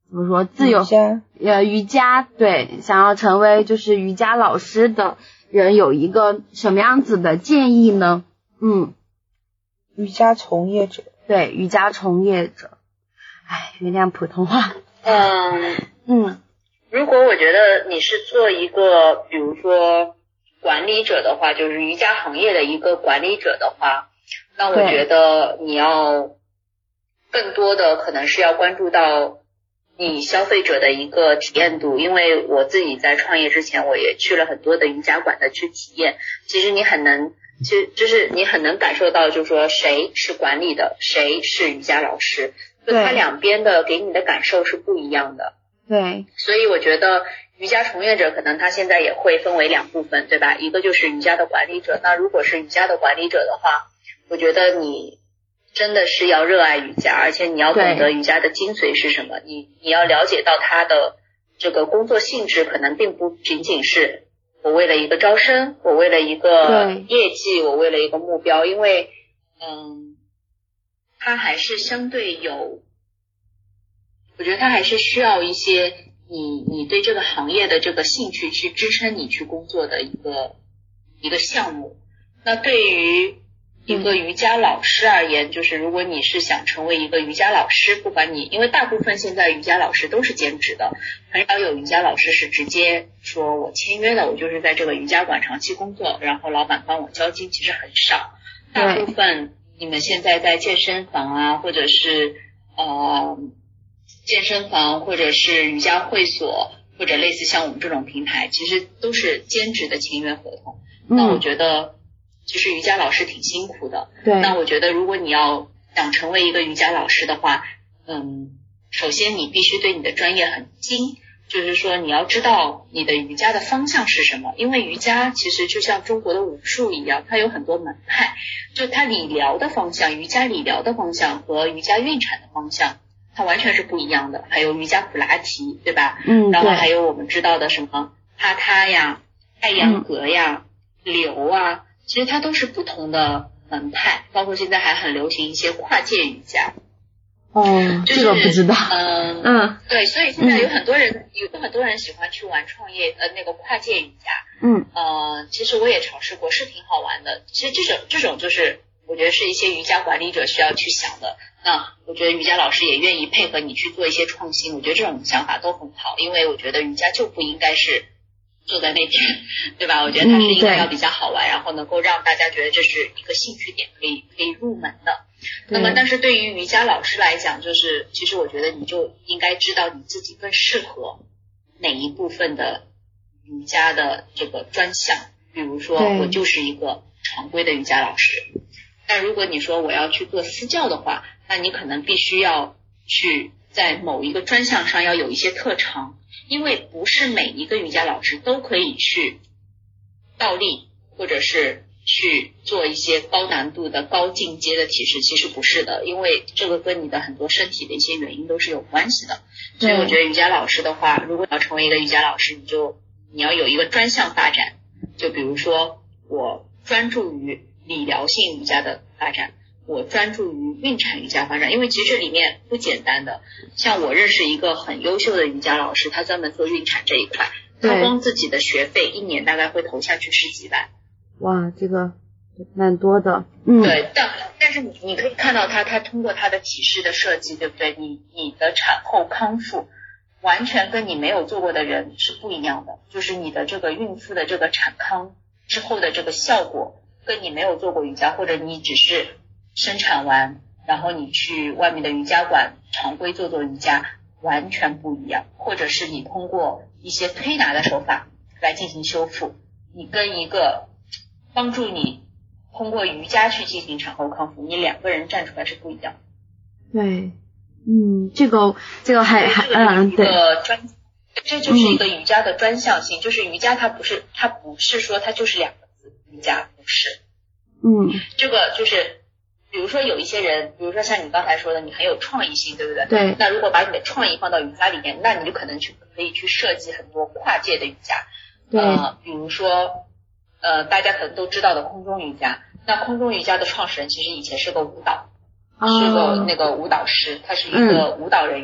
怎么说自由瑜伽呃瑜伽对，想要成为就是瑜伽老师的人有一个什么样子的建议呢？嗯， 瑜伽从业者， 对，瑜伽从业者。哎，原谅普通话。 嗯嗯， 如果我觉得你是做一个比如说管理者的话，就是瑜伽行业的一个管理者的话，那我觉得你要更多的可能是要关注到你消费者的一个体验度，因为我自己在创业之前我也去了很多的瑜伽馆的去体验，其实你很能其实就是你很能感受到就是说谁是管理的，谁是瑜伽老师，就他两边的给你的感受是不一样的。 对， 所以我觉得瑜伽从业者可能他现在也会分为两部分，对吧？一个就是瑜伽的管理者，那如果是瑜伽的管理者的话，我觉得你真的是要热爱瑜伽，而且你要懂得瑜伽的精髓是什么，你你要了解到他的这个工作性质可能并不仅仅是我为了一个招生，我为了一个业绩，我为了一个目标，因为嗯，他还是相对有，我觉得他还是需要一些你你对这个行业的这个兴趣去支撑你去工作的一个一个项目。那对于一个瑜伽老师而言，就是如果你是想成为一个瑜伽老师，不管你，因为大部分现在瑜伽老师都是兼职的，很少有瑜伽老师是直接说我签约的，我就是在这个瑜伽馆长期工作，然后老板帮我交金，其实很少。大部分你们现在在健身房啊，或者是呃健身房，或者是瑜伽会所，或者类似像我们这种平台，其实都是兼职的签约合同。嗯、那我觉得其实瑜伽老师挺辛苦的。 对。 那我觉得如果你要想成为一个瑜伽老师的话，嗯，首先你必须对你的专业很精，就是说你要知道你的瑜伽的方向是什么，因为瑜伽其实就像中国的武术一样，它有很多门派，就它理疗的方向，瑜伽理疗的方向和瑜伽孕产的方向它完全是不一样的，还有瑜伽普拉提，对吧？ 嗯， 然后还有我们知道的什么哈他呀、太阳格呀、嗯、流啊，其实它都是不同的门派，包括现在还很流行一些跨界瑜伽。 哦， 就是、 这个不知道。 嗯嗯， 对，所以现在有很多人、嗯、有很多人喜欢去玩创业呃那个跨界瑜伽。 嗯， 呃，其实我也尝试过，是挺好玩的。其实这种这种就是我觉得是一些瑜伽管理者需要去想的。那我觉得瑜伽老师也愿意配合你去做一些创新，我觉得这种想法都很好，因为我觉得瑜伽就不应该是坐在那边，对吧？我觉得它是应该要比较好玩，嗯、然后能够让大家觉得这是一个兴趣点，可以可以入门的。那么，但是对于瑜伽老师来讲，就是其实我觉得你就应该知道你自己更适合哪一部分的瑜伽的这个专项。比如说，我就是一个常规的瑜伽老师，但如果你说我要去做私教的话，那你可能必须要去在某一个专项上要有一些特长，因为不是每一个瑜伽老师都可以去倒立或者是去做一些高难度的高进阶的体式，其实不是的，因为这个跟你的很多身体的一些原因都是有关系的。所以我觉得瑜伽老师的话，如果要成为一个瑜伽老师，你就你要有一个专项发展，就比如说我专注于理疗性瑜伽的发展，我专注于孕产瑜伽发展，因为其实这里面不简单的。像我认识一个很优秀的瑜伽老师，他专门做孕产这一块，他光自己的学费一年大概会投下去十几万。 哇，这个蛮多的。嗯， 对，但但是你你可以看到他，他通过他的体式的设计，对不对？你你的产后康复完全跟你没有做过的人是不一样的，就是你的这个孕妇的这个产康之后的这个效果，跟你没有做过瑜伽，或者你只是生产完，然后你去外面的瑜伽馆常规做做瑜伽，完全不一样。或者是你通过一些推拿的手法来进行修复，你跟一个帮助你通过瑜伽去进行产后康复，你两个人站出来是不一样的。 对，嗯，这个这个还还嗯对，专这就是一个瑜伽的专项性，嗯、就是瑜伽它不是它不是说它就是两个字，瑜伽不是。 嗯， 这个就是比如说有一些人，比如说像你刚才说的，你很有创意性，对不对？ 对。 那如果把你的创意放到瑜伽里面，那你就可能去可以去设计很多跨界的瑜伽。 对。 呃，比如说。呃，大家可能都知道的空中瑜伽，那空中瑜伽的创始人其实以前是个舞蹈， 哦、 是个那个舞蹈师，他是一个舞蹈人员，嗯、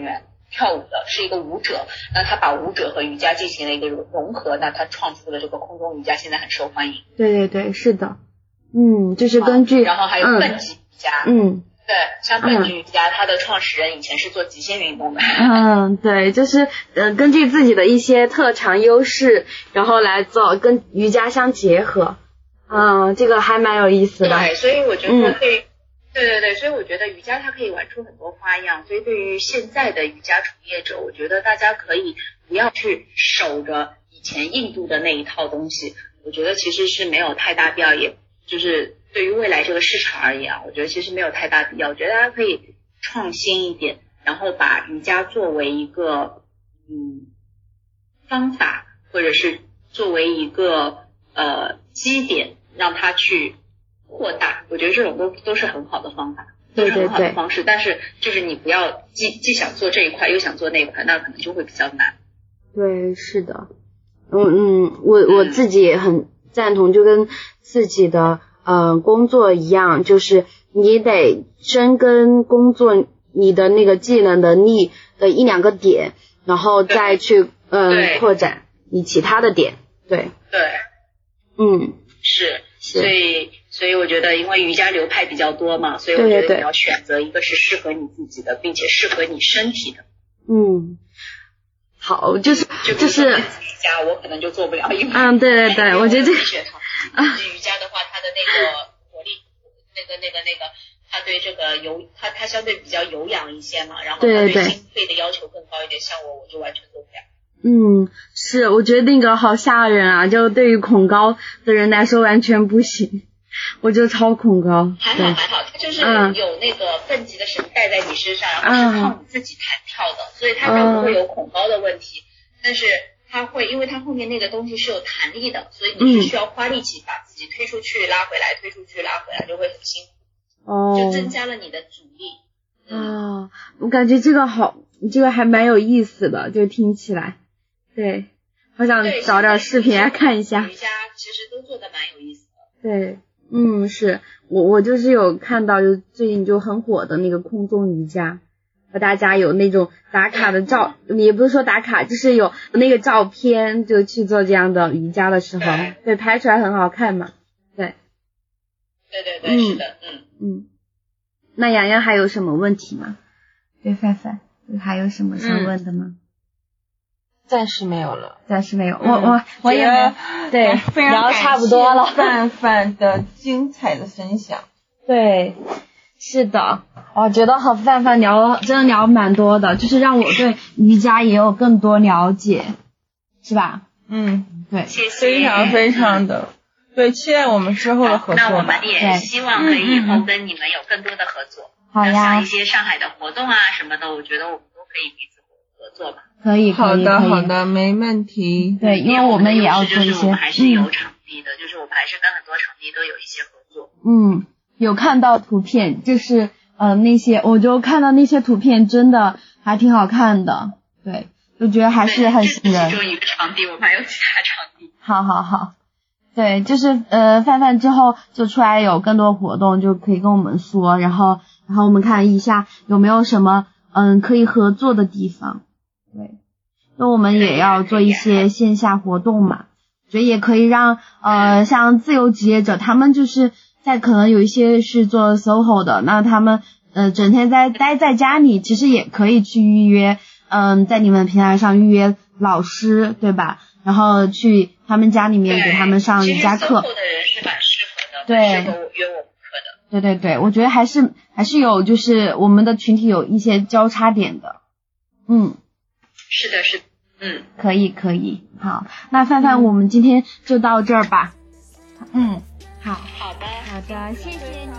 跳舞的，是一个舞者，那他把舞者和瑜伽进行了一个融合，那他创出了这个空中瑜伽，现在很受欢迎。 对对对，是的，嗯，就是根据、 啊、然后还有蹦极瑜伽， 嗯， 对，像蹦极瑜伽，它的创始人以前是做极限运动的。 嗯，对，就是呃根据自己的一些特长优势，然后来做跟瑜伽相结合，嗯，这个还蛮有意思的。 对，所以我觉得可以。嗯对对对，所以我觉得瑜伽它可以玩出很多花样，所以对于现在的瑜伽从业者，我觉得大家可以不要去守着以前印度的那一套东西，我觉得其实是没有太大必要，也就是对于未来这个市场而言，我觉得其实没有太大必要，我觉得大家可以创新一点，然后把瑜伽作为一个嗯方法，或者是作为一个呃基点，让它去扩大，我觉得这种都都是很好的方法，都是很好的方式。但是就是你不要既既想做这一块又想做那一块，那可能就会比较难。 对，是的，嗯嗯，我我自己也很赞同，就跟自己的呃工作一样，就是你得深耕工作你的那个技能能力的一两个点，然后再去嗯、呃、扩展你其他的点。对对， 嗯， 是，所以。所以我觉得因为瑜伽流派比较多嘛，所以我觉得你要选择一个是适合你自己的，并且适合你身体的。 嗯，好，就是就是瑜伽我可能就做不了，因为嗯，对对对，我觉得这个啊，瑜伽的话，它的那个活力，那个那个那个，它对这个有它它相对比较有氧一些嘛，然后它对心肺的要求更高一点，像我我就完全做不了。 嗯，是，我觉得那个好吓人啊，就对于恐高的人来说完全不行。我就超恐高， 还好还好，它就是有那个蹦极的绳带在你身上，嗯、然后是靠你自己弹跳的，所以它并不会有恐高的问题。嗯、但是它会，因为它后面那个东西是有弹力的，所以你是需要花力气把自己推出去、拉回来，推出去、拉回来，就会很辛苦。哦，就增加了你的阻力。 嗯、啊，我感觉这个好，这个还蛮有意思的，就听起来，对，好想找点视频来看一下。 瑜伽其实都做的蛮有意思的。 对。嗯，是我我就是有看到，就最近就很火的那个空中瑜伽，和大家有那种打卡的照，也不是说打卡，就是有那个照片，就去做这样的瑜伽的时候，对，对拍出来很好看嘛，对， 对对对，嗯、是的，嗯嗯。那洋洋还有什么问题吗？对，范范还有什么想问的吗？嗯暂时没有了， 暂时没有。我我我也对， 非常聊差不多了。 范范的精彩的分享， 对，是的，我觉得和范范聊真的聊蛮多的，就是让我对瑜伽也有更多了解，是吧？ 嗯， 对， 谢谢， 非常非常的对，期待我们之后的合作。 那我们也希望可以以后跟你们有更多的合作。 好呀， 像一些上海的活动啊什么的，我觉得我们都可以彼此合作吧。 可以， 好的，好的，没问题。 对，因为我们也要做一些， 我们还是有场地的，嗯、就是我们还是跟很多场地都有一些合作。 嗯，有看到图片，就是呃那些，我就看到那些图片真的还挺好看的，对，就觉得还是很吸引人。 其中一个场地，我们还有其他场地。 好好好，对，就是呃范范之后就出来有更多活动，就可以跟我们说，然后然后我们看一下有没有什么嗯可以合作的地方。对，那我们也要做一些线下活动嘛，所以也可以让呃像自由职业者，他们就是在可能有一些是做 S O H O 的，那他们呃整天在待在家里，其实也可以去预约，嗯、呃，在你们平台上预约老师，对吧？然后去他们家里面给他们上瑜伽课。 其实 S O H O 的人是蛮适合的， 对， 适合我约我们课的。 对对对，我觉得还是还是有就是我们的群体有一些交叉点的，嗯。 是的，是的，嗯， 可以，可以，好，那范范，嗯、我们今天就到这儿吧。嗯，好， 好的， 好的，谢谢你。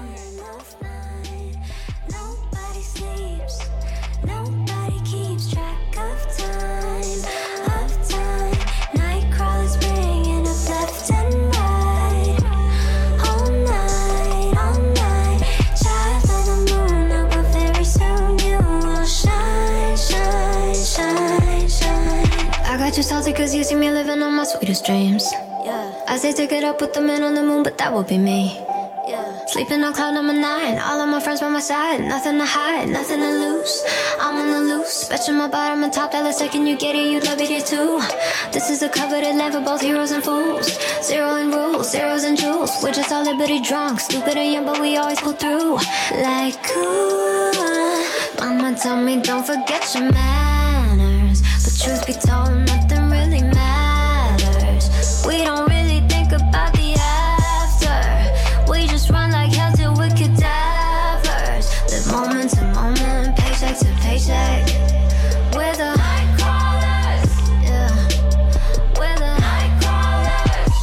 Too salty cause you see me living on my sweetest dreams. Yeah. I say take it up with the man on the moon, but that would be me. Yeah. Sleeping on cloud number nine, all of my friends by my side, nothing to hide, nothing to lose. I'm on the loose. Stretching my bottom and top dollar second you get it, you love it here too. This is a coveted land for both heroes and fools. Zero in rules, zeros and jewels. We're just all liberty drunk, stupid and young, but we always pull through. Like ooh, mama told me don't forget your manners, but truth be told, nothing really matters. We don't really think about the after. We just run like hell till we're cadavers. Live moment to moment, paycheck to paycheck. We're the night crawlers, yeah. We're the night crawlers.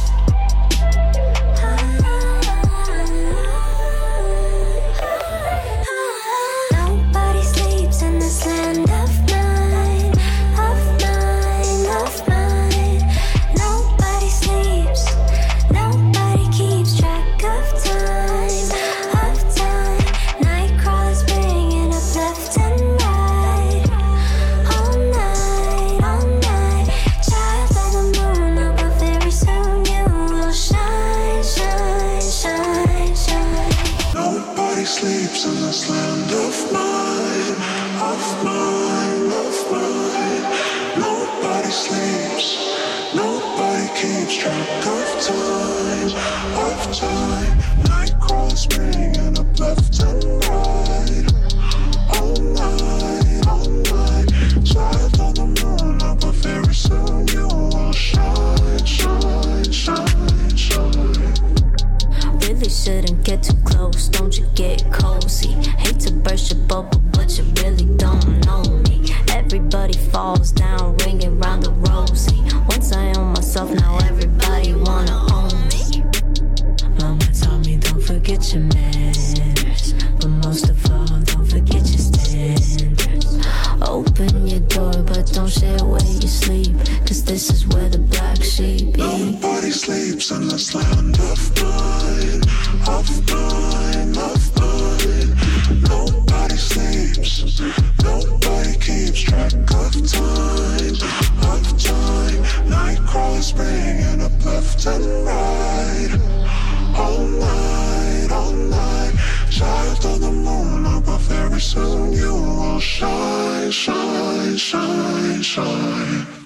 Nobody sleeps in this land of mine, of mine, of mine. Nobody sleeps, nobody keeps track of time, of time. Night crawlers bringing up left and right, all night, all night. Child of the moon, oh, but very soon you will shine, shine, shine, shine. Nobody sleeps in this land of mine, of mine, of mine. Nobody sleeps, nobody keeps track of time, of time. Night crawlers bringing up left and right, all night, all night. Child of the moon, but very soon you will shine, shine, shine, shine. Really shouldn't get too close, don't you get cozy. Hate to burst your bubble, but you really don't know me. Everybody falls down, ringing round the rosy. Once I own myself, now everybody wanna own me. Mama told me don't forget your manners, but most of all, don't forget your standards. Open your door, but don't share where you sleep, cause this is where the black sheep eat. Nobody sleeps in this land of mine, of mine, of mine. Nobody sleeps, nobody keeps track of time, of time. Night crawlers bringing up left and right, all night, all night. Child of the moon, but very soon you will shine, shine, shine, shine.